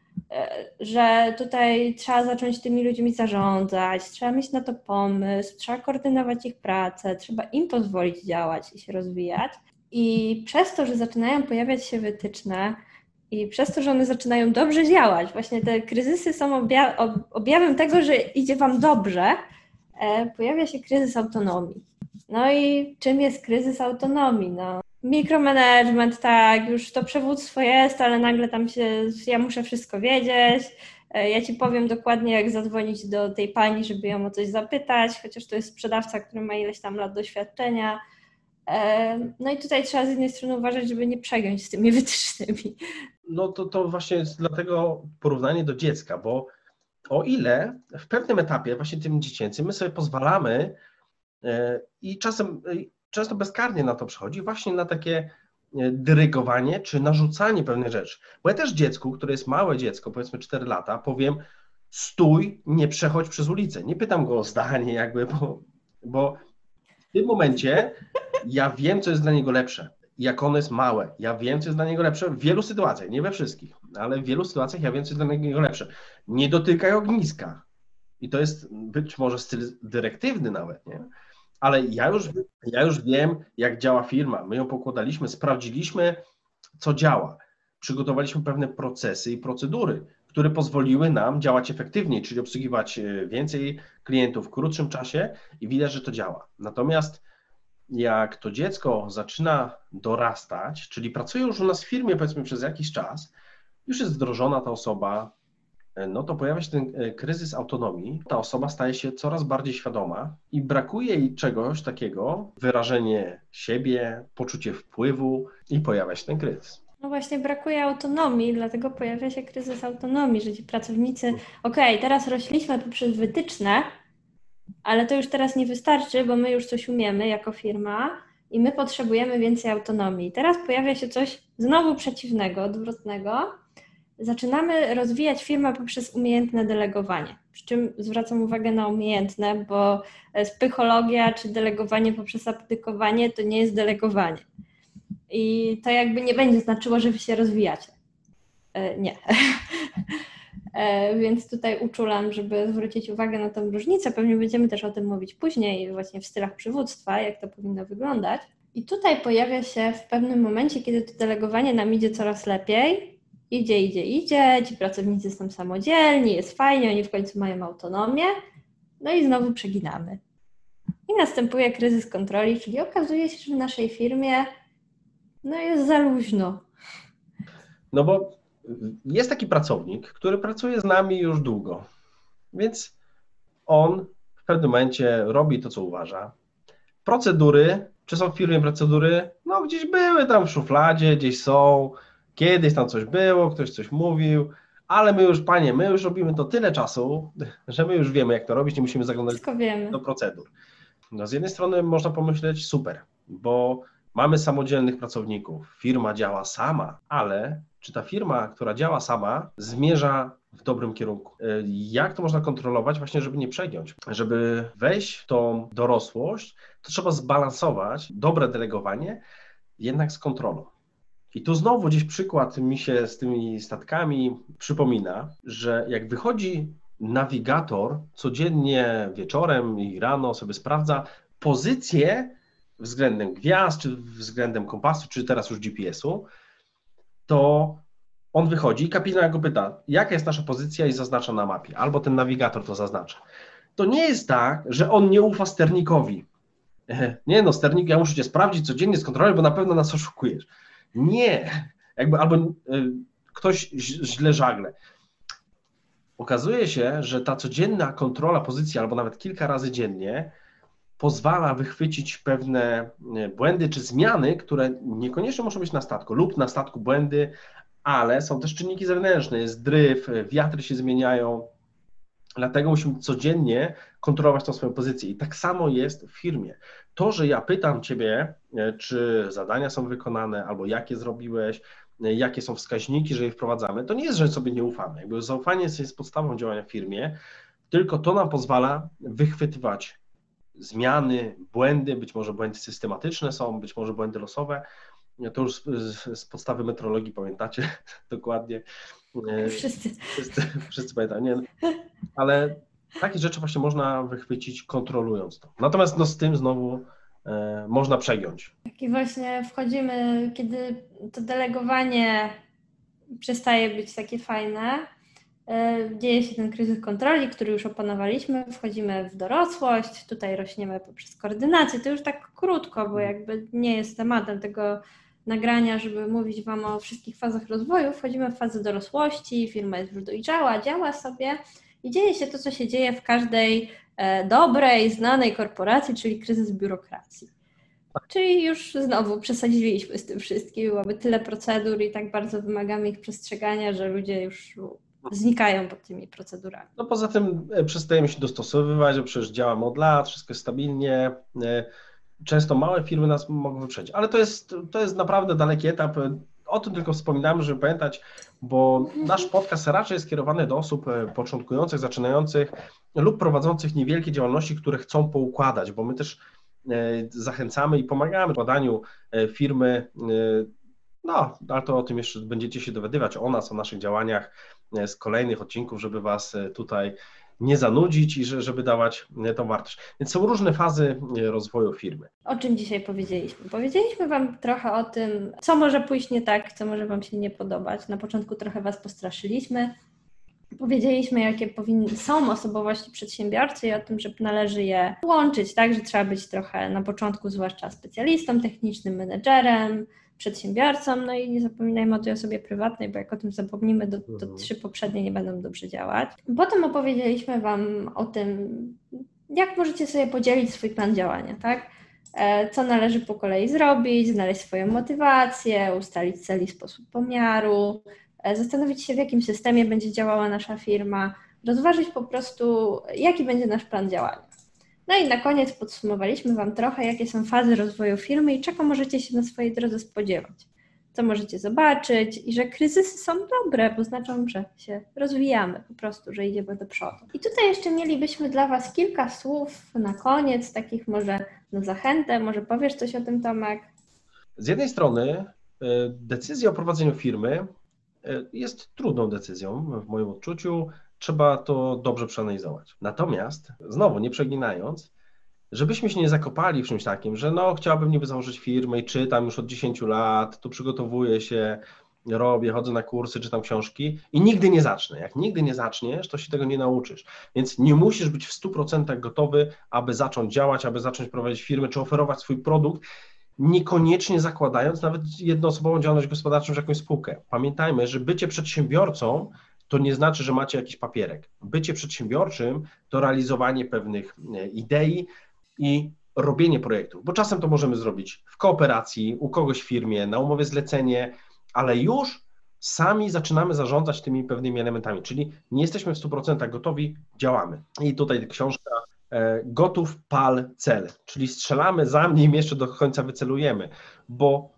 że tutaj trzeba zacząć tymi ludźmi zarządzać, trzeba mieć na to pomysł, trzeba koordynować ich pracę, trzeba im pozwolić działać i się rozwijać. I przez to, że zaczynają pojawiać się wytyczne i przez to, że one zaczynają dobrze działać, właśnie te kryzysy są obja- objawem tego, że idzie wam dobrze, pojawia się kryzys autonomii. No i czym jest kryzys autonomii? No, mikromanagement, tak, już to przywództwo jest, ale nagle tam się, ja muszę wszystko wiedzieć, ja ci powiem dokładnie, jak zadzwonić do tej pani, żeby ją o coś zapytać, chociaż to jest sprzedawca, który ma ileś tam lat doświadczenia. No i tutaj trzeba z jednej strony uważać, żeby nie przegiąć z tymi wytycznymi. No to, to właśnie jest dlatego porównanie do dziecka, bo o ile w pewnym etapie, właśnie tym dziecięcym, my sobie pozwalamy i czasem, często bezkarnie na to przychodzi, właśnie na takie dyrygowanie czy narzucanie pewnych rzeczy. Bo ja też dziecku, które jest małe dziecko, powiedzmy cztery lata, powiem: stój, nie przechodź przez ulicę. Nie pytam go o zdanie jakby, bo, bo w tym momencie ja wiem, co jest dla niego lepsze. Jak ono jest małe, ja wiem, co jest dla niego lepsze w wielu sytuacjach, nie we wszystkich, ale w wielu sytuacjach ja wiem, co jest dla niego lepsze. Nie dotykaj ogniska. I to jest być może styl dyrektywny nawet, nie? Ale ja już, ja już wiem, jak działa firma. My ją pokładaliśmy, sprawdziliśmy, co działa. Przygotowaliśmy pewne procesy i procedury, które pozwoliły nam działać efektywniej, czyli obsługiwać więcej klientów w krótszym czasie i widać, że to działa. Natomiast jak to dziecko zaczyna dorastać, czyli pracuje już u nas w firmie, powiedzmy, przez jakiś czas, już jest wdrożona ta osoba, no to pojawia się ten kryzys autonomii. Ta osoba staje się coraz bardziej świadoma i brakuje jej czegoś takiego, wyrażenie siebie, poczucie wpływu i pojawia się ten kryzys. No właśnie, brakuje autonomii, dlatego pojawia się kryzys autonomii, że ci pracownicy, okej, okay, teraz rośliśmy poprzez wytyczne, ale to już teraz nie wystarczy, bo my już coś umiemy jako firma i my potrzebujemy więcej autonomii. Teraz pojawia się coś znowu przeciwnego, odwrotnego. Zaczynamy rozwijać firmę poprzez umiejętne delegowanie. Przy czym zwracam uwagę na umiejętne, bo psychologia czy delegowanie poprzez abdykowanie to nie jest delegowanie. I to jakby nie będzie znaczyło, że wy się rozwijacie. Nie. Więc tutaj uczulam, żeby zwrócić uwagę na tę różnicę. Pewnie będziemy też o tym mówić później, właśnie w stylach przywództwa, jak to powinno wyglądać. I tutaj pojawia się w pewnym momencie, kiedy to delegowanie nam idzie coraz lepiej, idzie, idzie, idzie, ci pracownicy są samodzielni, jest fajnie, oni w końcu mają autonomię, no i znowu przeginamy. I następuje kryzys kontroli, czyli okazuje się, że w naszej firmie no jest za luźno. No bo jest taki pracownik, który pracuje z nami już długo, więc on w pewnym momencie robi to, co uważa. Procedury, czy są w firmie procedury? No gdzieś były tam w szufladzie, gdzieś są, kiedyś tam coś było, ktoś coś mówił, ale my już, panie, my już robimy to tyle czasu, że my już wiemy, jak to robić, nie musimy zaglądać do procedur. No z jednej strony można pomyśleć, super, bo mamy samodzielnych pracowników, firma działa sama, ale czy ta firma, która działa sama, zmierza w dobrym kierunku? Jak to można kontrolować właśnie, żeby nie przegiąć? Żeby wejść w tą dorosłość, to trzeba zbalansować dobre delegowanie jednak z kontrolą. I tu znowu gdzieś przykład mi się z tymi statkami przypomina, że jak wychodzi nawigator codziennie wieczorem i rano sobie sprawdza pozycję względem gwiazd, czy względem kompasu, czy teraz już G P S-u, to on wychodzi i kapitan go pyta, jaka jest nasza pozycja i zaznacza na mapie, albo ten nawigator to zaznacza. To nie jest tak, że on nie ufa sternikowi. Nie no, sternik, ja muszę cię sprawdzić codziennie, skontrolować, bo na pewno nas oszukujesz. Nie, jakby albo y, ktoś źle żagle. Okazuje się, że ta codzienna kontrola pozycji, albo nawet kilka razy dziennie, pozwala wychwycić pewne błędy czy zmiany, które niekoniecznie muszą być na statku lub na statku błędy, ale są też czynniki zewnętrzne, jest dryf, wiatry się zmieniają, dlatego musimy codziennie kontrolować tą swoją pozycję i tak samo jest w firmie. To, że ja pytam Ciebie, czy zadania są wykonane, albo jakie zrobiłeś, jakie są wskaźniki, że je wprowadzamy, to nie jest, że sobie nie ufamy. Jakby zaufanie jest podstawą działania w firmie, tylko to nam pozwala wychwytywać zmiany, błędy, być może błędy systematyczne są, być może błędy losowe. To już z, z podstawy metrologii pamiętacie dokładnie. Wszyscy. Wszyscy, wszyscy pamiętają, nie? Ale takie rzeczy właśnie można wychwycić, kontrolując to. Natomiast no, z tym znowu e, można przegiąć. I właśnie wchodzimy, kiedy to delegowanie przestaje być takie fajne, dzieje się ten kryzys kontroli, który już opanowaliśmy, wchodzimy w dorosłość, tutaj rośniemy poprzez koordynację, to już tak krótko, bo jakby nie jest tematem tego nagrania, żeby mówić Wam o wszystkich fazach rozwoju, wchodzimy w fazę dorosłości, firma jest już dojrzała, działa sobie i dzieje się to, co się dzieje w każdej dobrej, znanej korporacji, czyli kryzys biurokracji. Czyli już znowu przesadziliśmy z tym wszystkim, mamy tyle procedur i tak bardzo wymagamy ich przestrzegania, że ludzie już znikają pod tymi procedurami. No poza tym przestajemy się dostosowywać, że przecież działamy od lat, wszystko jest stabilnie. Często małe firmy nas mogą wyprzedzić, ale to jest, to jest naprawdę daleki etap. O tym tylko wspominamy, żeby pamiętać, bo nasz podcast raczej jest skierowany do osób początkujących, zaczynających lub prowadzących niewielkie działalności, które chcą poukładać, bo my też zachęcamy i pomagamy w układaniu firmy. No, ale to o tym jeszcze będziecie się dowiadywać o nas, o naszych działaniach z kolejnych odcinków, żeby Was tutaj nie zanudzić i żeby dawać tą wartość. Więc są różne fazy rozwoju firmy. O czym dzisiaj powiedzieliśmy? Powiedzieliśmy Wam trochę o tym, co może pójść nie tak, co może Wam się nie podobać. Na początku trochę Was postraszyliśmy. Powiedzieliśmy, jakie powinny, są osobowości przedsiębiorcy i o tym, że należy je łączyć, tak, że trzeba być trochę na początku zwłaszcza specjalistą technicznym, menedżerem, przedsiębiorcą, no i nie zapominajmy o tej osobie prywatnej, bo jak o tym zapomnimy, to, to trzy poprzednie nie będą dobrze działać. Potem opowiedzieliśmy Wam o tym, jak możecie sobie podzielić swój plan działania, tak? Co należy po kolei zrobić, znaleźć swoją motywację, ustalić cel i sposób pomiaru, zastanowić się, w jakim systemie będzie działała nasza firma, rozważyć po prostu, jaki będzie nasz plan działania. No i na koniec podsumowaliśmy Wam trochę, jakie są fazy rozwoju firmy i czego możecie się na swojej drodze spodziewać, co możecie zobaczyć i że kryzysy są dobre, bo znaczą, że się rozwijamy po prostu, że idziemy do przodu. I tutaj jeszcze mielibyśmy dla Was kilka słów na koniec, takich może na zachętę, może powiesz coś o tym, Tomek? Z jednej strony decyzja o prowadzeniu firmy jest trudną decyzją w moim odczuciu, trzeba to dobrze przeanalizować. Natomiast, znowu nie przeginając, żebyśmy się nie zakopali w czymś takim, że no chciałbym niby założyć firmę i czytam już od dziesięciu lat, tu przygotowuję się, robię, chodzę na kursy, czytam książki i nigdy nie zacznę. Jak nigdy nie zaczniesz, to się tego nie nauczysz. Więc nie musisz być w stu procentach gotowy, aby zacząć działać, aby zacząć prowadzić firmę, czy oferować swój produkt, niekoniecznie zakładając nawet jednoosobową działalność gospodarczą, czy jakąś spółkę. Pamiętajmy, że bycie przedsiębiorcą to nie znaczy, że macie jakiś papierek. Bycie przedsiębiorczym to realizowanie pewnych idei i robienie projektów, bo czasem to możemy zrobić w kooperacji, u kogoś w firmie, na umowie zlecenie, ale już sami zaczynamy zarządzać tymi pewnymi elementami, czyli nie jesteśmy w stu procentach gotowi, działamy. I tutaj książka Gotów, pal, cel, czyli strzelamy zanim jeszcze do końca wycelujemy, bo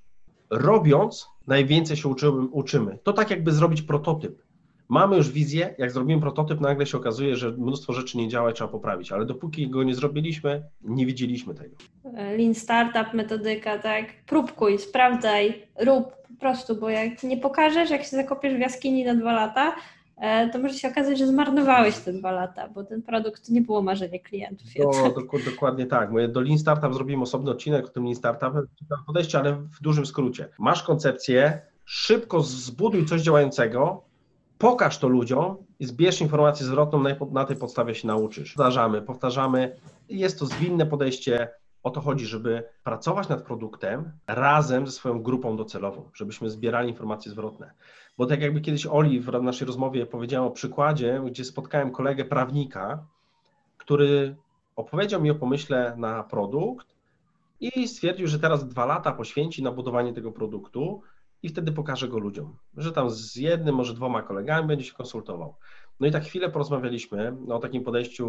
robiąc najwięcej się uczymy, uczymy. To tak jakby zrobić prototyp. Mamy już wizję, jak zrobimy prototyp, nagle się okazuje, że mnóstwo rzeczy nie działa i trzeba poprawić, ale dopóki go nie zrobiliśmy, nie widzieliśmy tego. Lean Startup, metodyka, tak? Próbkuj, sprawdzaj, rób po prostu, bo jak nie pokażesz, jak się zakopiesz w jaskini na dwa lata, to może się okazać, że zmarnowałeś te dwa lata, bo ten produkt nie było marzenie klientów. Do, do, dokładnie tak. My do Lean Startup zrobimy osobny odcinek o tym Lean Startup, podejście, ale w dużym skrócie. Masz koncepcję, szybko zbuduj coś działającego, pokaż to ludziom i zbierz informację zwrotną, na tej podstawie się nauczysz. Powtarzamy, powtarzamy. Jest to zwinne podejście. O to chodzi, żeby pracować nad produktem razem ze swoją grupą docelową, żebyśmy zbierali informacje zwrotne. Bo tak jakby kiedyś Oli w naszej rozmowie powiedziała o przykładzie, gdzie spotkałem kolegę prawnika, który opowiedział mi o pomyśle na produkt i stwierdził, że teraz dwa lata poświęci na budowanie tego produktu i wtedy pokaże go ludziom, że tam z jednym, może dwoma kolegami będzie się konsultował. No i tak chwilę porozmawialiśmy o takim podejściu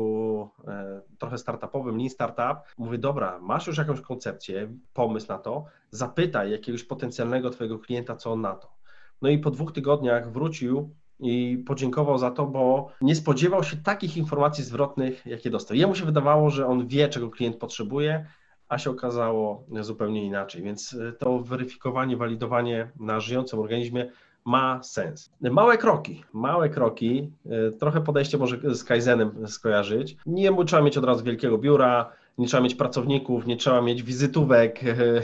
e, trochę startupowym, Lean Startup. Mówię, dobra, masz już jakąś koncepcję, pomysł na to, zapytaj jakiegoś potencjalnego twojego klienta, co on na to. No i po dwóch tygodniach wrócił i podziękował za to, bo nie spodziewał się takich informacji zwrotnych, jakie dostał. Jemu się wydawało, że on wie, czego klient potrzebuje, a się okazało zupełnie inaczej. Więc to weryfikowanie, walidowanie na żyjącym organizmie ma sens. Małe kroki, małe kroki, trochę podejście może z Kaizenem skojarzyć. Nie trzeba mieć od razu wielkiego biura, nie trzeba mieć pracowników, nie trzeba mieć wizytówek.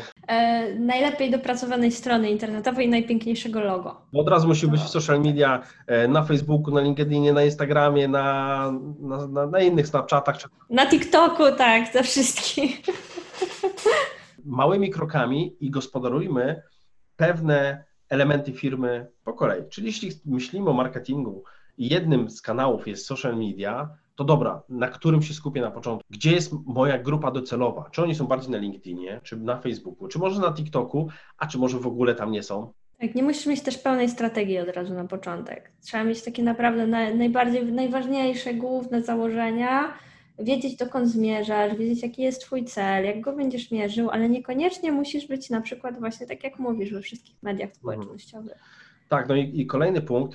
E, najlepiej dopracowanej strony internetowej i najpiękniejszego logo. Od razu musi być w social media, na Facebooku, na LinkedInie, na Instagramie, na, na, na, na innych Snapchatach. Na TikToku, tak, to wszystkich. Małymi krokami i gospodarujmy pewne elementy firmy po kolei. Czyli jeśli myślimy o marketingu i jednym z kanałów jest social media, to dobra, na którym się skupię na początku? Gdzie jest moja grupa docelowa? Czy oni są bardziej na LinkedInie, czy na Facebooku, czy może na TikToku, a czy może w ogóle tam nie są? Tak, nie musisz mieć też pełnej strategii od razu na początek. Trzeba mieć takie naprawdę na, najbardziej, najważniejsze, główne założenia, wiedzieć dokąd zmierzasz, wiedzieć jaki jest twój cel, jak go będziesz mierzył, ale niekoniecznie musisz być na przykład właśnie tak jak mówisz we wszystkich mediach społecznościowych. Tak, no i, i kolejny punkt,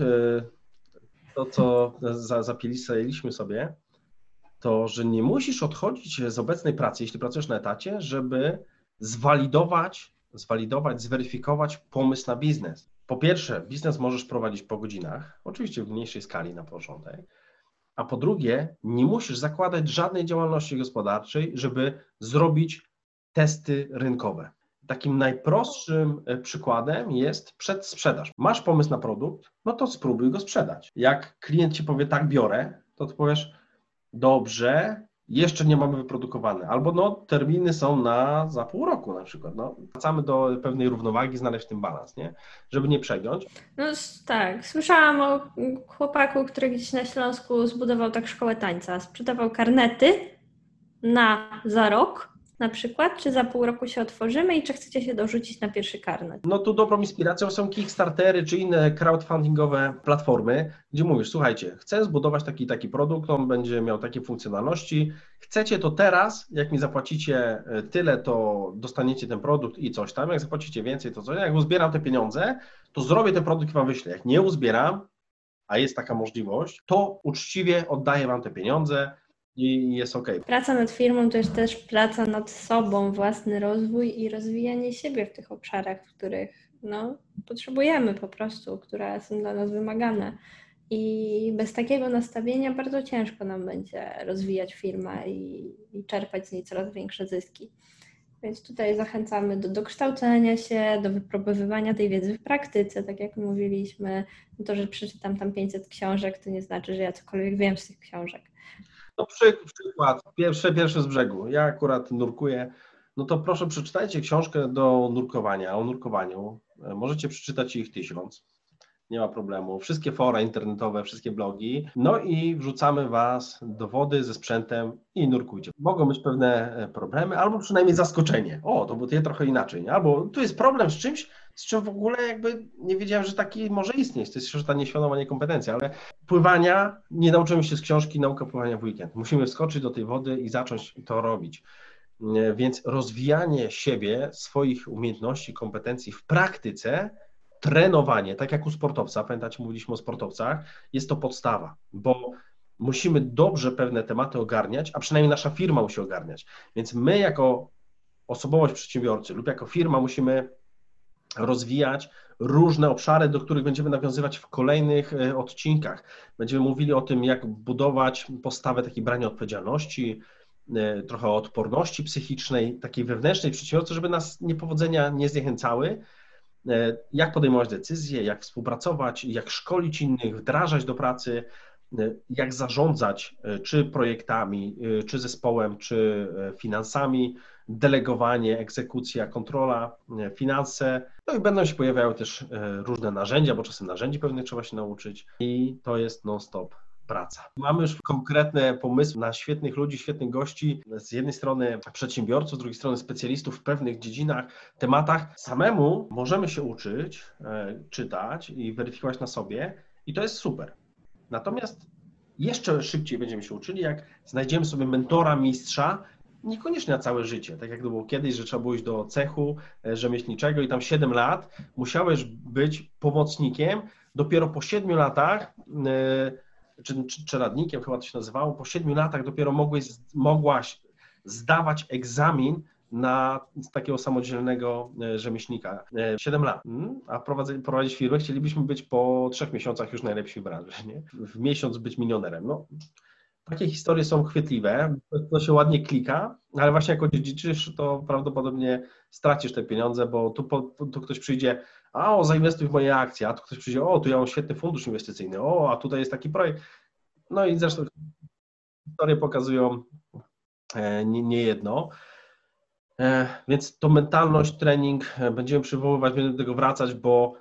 to co za, zapisaliśmy sobie, to, że nie musisz odchodzić z obecnej pracy, jeśli pracujesz na etacie, żeby zwalidować, zwalidować, zweryfikować pomysł na biznes. Po pierwsze, biznes możesz prowadzić po godzinach, oczywiście w mniejszej skali na początek, a po drugie, nie musisz zakładać żadnej działalności gospodarczej, żeby zrobić testy rynkowe. Takim najprostszym przykładem jest przedsprzedaż. Masz pomysł na produkt, no to spróbuj go sprzedać. Jak klient ci powie tak biorę, to ty powiesz dobrze, jeszcze nie mamy wyprodukowane, albo no terminy są na za pół roku na przykład. No, wracamy do pewnej równowagi, znaleźć ten balans, nie? Żeby nie przegiąć. No tak, słyszałam o chłopaku, który gdzieś na Śląsku zbudował tak szkołę tańca, sprzedawał karnety na za rok na przykład, czy za pół roku się otworzymy i czy chcecie się dorzucić na pierwszy karnet? No tu dobrą inspiracją są Kickstartery czy inne crowdfundingowe platformy, gdzie mówisz, słuchajcie, chcę zbudować taki taki produkt, on będzie miał takie funkcjonalności, chcecie to teraz, jak mi zapłacicie tyle, to dostaniecie ten produkt i coś tam, jak zapłacicie więcej, to coś, jak uzbieram te pieniądze, to zrobię ten produkt i wam wyślę. Jak nie uzbieram, a jest taka możliwość, to uczciwie oddaję wam te pieniądze, i jest ok. Praca nad firmą to jest też praca nad sobą, własny rozwój i rozwijanie siebie w tych obszarach, w których no, potrzebujemy po prostu, które są dla nas wymagane. I bez takiego nastawienia bardzo ciężko nam będzie rozwijać firmę i, i czerpać z niej coraz większe zyski. Więc tutaj zachęcamy do dokształcenia się, do wypróbowywania tej wiedzy w praktyce, tak jak mówiliśmy. To, że przeczytam tam pięćset książek, to nie znaczy, że ja cokolwiek wiem z tych książek. No przy, przykład, pierwszy, pierwszy z brzegu. Ja akurat nurkuję, no to proszę przeczytajcie książkę do nurkowania, o nurkowaniu. Możecie przeczytać ich tysiąc, nie ma problemu. Wszystkie fora internetowe, wszystkie blogi. No i wrzucamy Was do wody ze sprzętem i nurkujcie. Mogą być pewne problemy, albo przynajmniej zaskoczenie. O, to było trochę inaczej, nie? Albo tu jest problem z czymś, z czym w ogóle jakby nie wiedziałem, że taki może istnieć. To jest jeszcze ta nieświadoma niekompetencja, ale pływania nie nauczymy się z książki Nauka pływania w weekend. Musimy wskoczyć do tej wody i zacząć to robić. Więc rozwijanie siebie, swoich umiejętności, kompetencji w praktyce, trenowanie, tak jak u sportowca, pamiętacie, mówiliśmy o sportowcach, jest to podstawa, bo musimy dobrze pewne tematy ogarniać, a przynajmniej nasza firma musi ogarniać. Więc my jako osobowość przedsiębiorcy lub jako firma musimy rozwijać różne obszary, do których będziemy nawiązywać w kolejnych odcinkach. Będziemy mówili o tym, jak budować postawę takiej brania odpowiedzialności, trochę o odporności psychicznej, takiej wewnętrznej przedsiębiorcy, żeby nas niepowodzenia nie zniechęcały, jak podejmować decyzje, jak współpracować, jak szkolić innych, wdrażać do pracy, jak zarządzać czy projektami, czy zespołem, czy finansami, delegowanie, egzekucja, kontrola, finanse. No i będą się pojawiały też różne narzędzia, bo czasem narzędzi pewnych trzeba się nauczyć i to jest non-stop praca. Mamy już konkretne pomysły na świetnych ludzi, świetnych gości, z jednej strony przedsiębiorców, z drugiej strony specjalistów w pewnych dziedzinach, tematach. Samemu możemy się uczyć, czytać i weryfikować na sobie i to jest super. Natomiast jeszcze szybciej będziemy się uczyli, jak znajdziemy sobie mentora, mistrza, niekoniecznie na całe życie, tak jak to było kiedyś, że trzeba było iść do cechu rzemieślniczego i tam siedem lat musiałeś być pomocnikiem, dopiero po siedmiu latach czy, czy czeladnikiem chyba to się nazywało, po siedmiu latach dopiero mogłeś, mogłaś zdawać egzamin na takiego samodzielnego rzemieślnika. siedem lat. A prowadzić, prowadzić firmę chcielibyśmy być po trzech miesiącach już najlepsi w branży, nie? W miesiąc być milionerem. No, takie historie są chwytliwe, to się ładnie klika, ale właśnie jak odziedziczysz, to prawdopodobnie stracisz te pieniądze, bo tu, po, tu ktoś przyjdzie, a o, zainwestuj w moje akcje, a tu ktoś przyjdzie, o, tu ja mam świetny fundusz inwestycyjny, o, a tutaj jest taki projekt. No i zresztą historie pokazują nie, nie jedno. Więc to mentalność, trening, będziemy przywoływać, będziemy do tego wracać, bo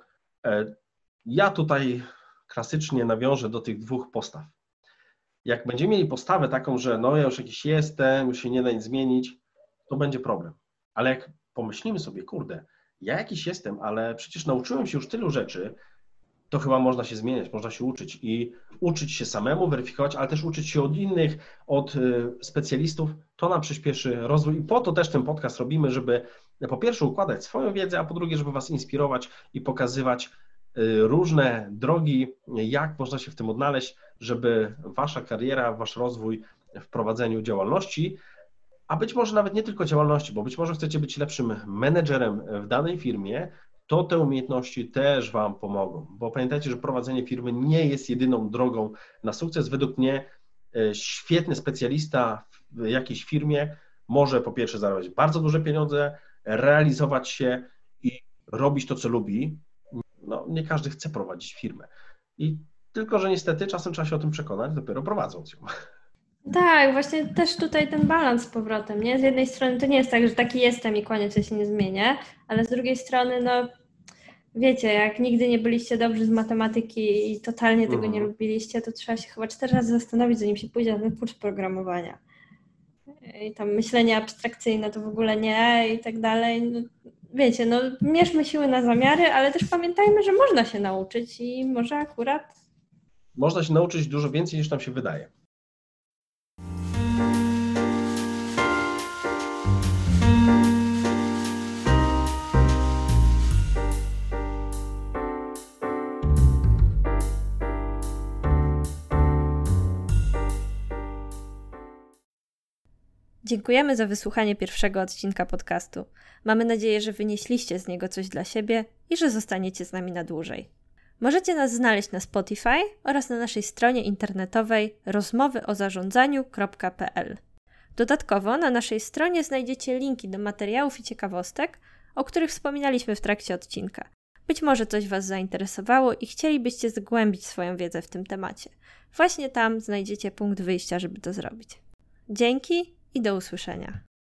ja tutaj klasycznie nawiążę do tych dwóch postaw. Jak będziemy mieli postawę taką, że no ja już jakiś jestem, już się nie da nic zmienić, to będzie problem. Ale jak pomyślimy sobie, kurde, ja jakiś jestem, ale przecież nauczyłem się już tylu rzeczy, to chyba można się zmieniać, można się uczyć i uczyć się samemu, weryfikować, ale też uczyć się od innych, od specjalistów, to nam przyspieszy rozwój i po to też ten podcast robimy, żeby po pierwsze układać swoją wiedzę, a po drugie, żeby Was inspirować i pokazywać różne drogi, jak można się w tym odnaleźć, żeby Wasza kariera, Wasz rozwój w prowadzeniu działalności, a być może nawet nie tylko działalności, bo być może chcecie być lepszym menedżerem w danej firmie, to te umiejętności też Wam pomogą, bo pamiętajcie, że prowadzenie firmy nie jest jedyną drogą na sukces. Według mnie świetny specjalista w jakiejś firmie może po pierwsze zarabiać bardzo duże pieniądze, realizować się i robić to, co lubi. No, nie każdy chce prowadzić firmę. I tylko, że niestety czasem trzeba się o tym przekonać, dopiero prowadząc ją. Tak, właśnie też tutaj ten balans z powrotem, nie? Z jednej strony to nie jest tak, że taki jestem i koniec, ja się nie zmienię, ale z drugiej strony, no wiecie, jak nigdy nie byliście dobrzy z matematyki i totalnie tego nie lubiliście, to trzeba się chyba cztery razy zastanowić, zanim się pójdzie na ten kurs programowania. I tam myślenie abstrakcyjne to w ogóle nie i tak dalej. No, wiecie, no mierzmy siły na zamiary, ale też pamiętajmy, że można się nauczyć i może akurat... Można się nauczyć dużo więcej niż nam się wydaje. Dziękujemy za wysłuchanie pierwszego odcinka podcastu. Mamy nadzieję, że wynieśliście z niego coś dla siebie i że zostaniecie z nami na dłużej. Możecie nas znaleźć na Spotify oraz na naszej stronie internetowej rozmowy o zarządzaniu kropka p l. Dodatkowo na naszej stronie znajdziecie linki do materiałów i ciekawostek, o których wspominaliśmy w trakcie odcinka. Być może coś Was zainteresowało i chcielibyście zgłębić swoją wiedzę w tym temacie. Właśnie tam znajdziecie punkt wyjścia, żeby to zrobić. Dzięki i do usłyszenia.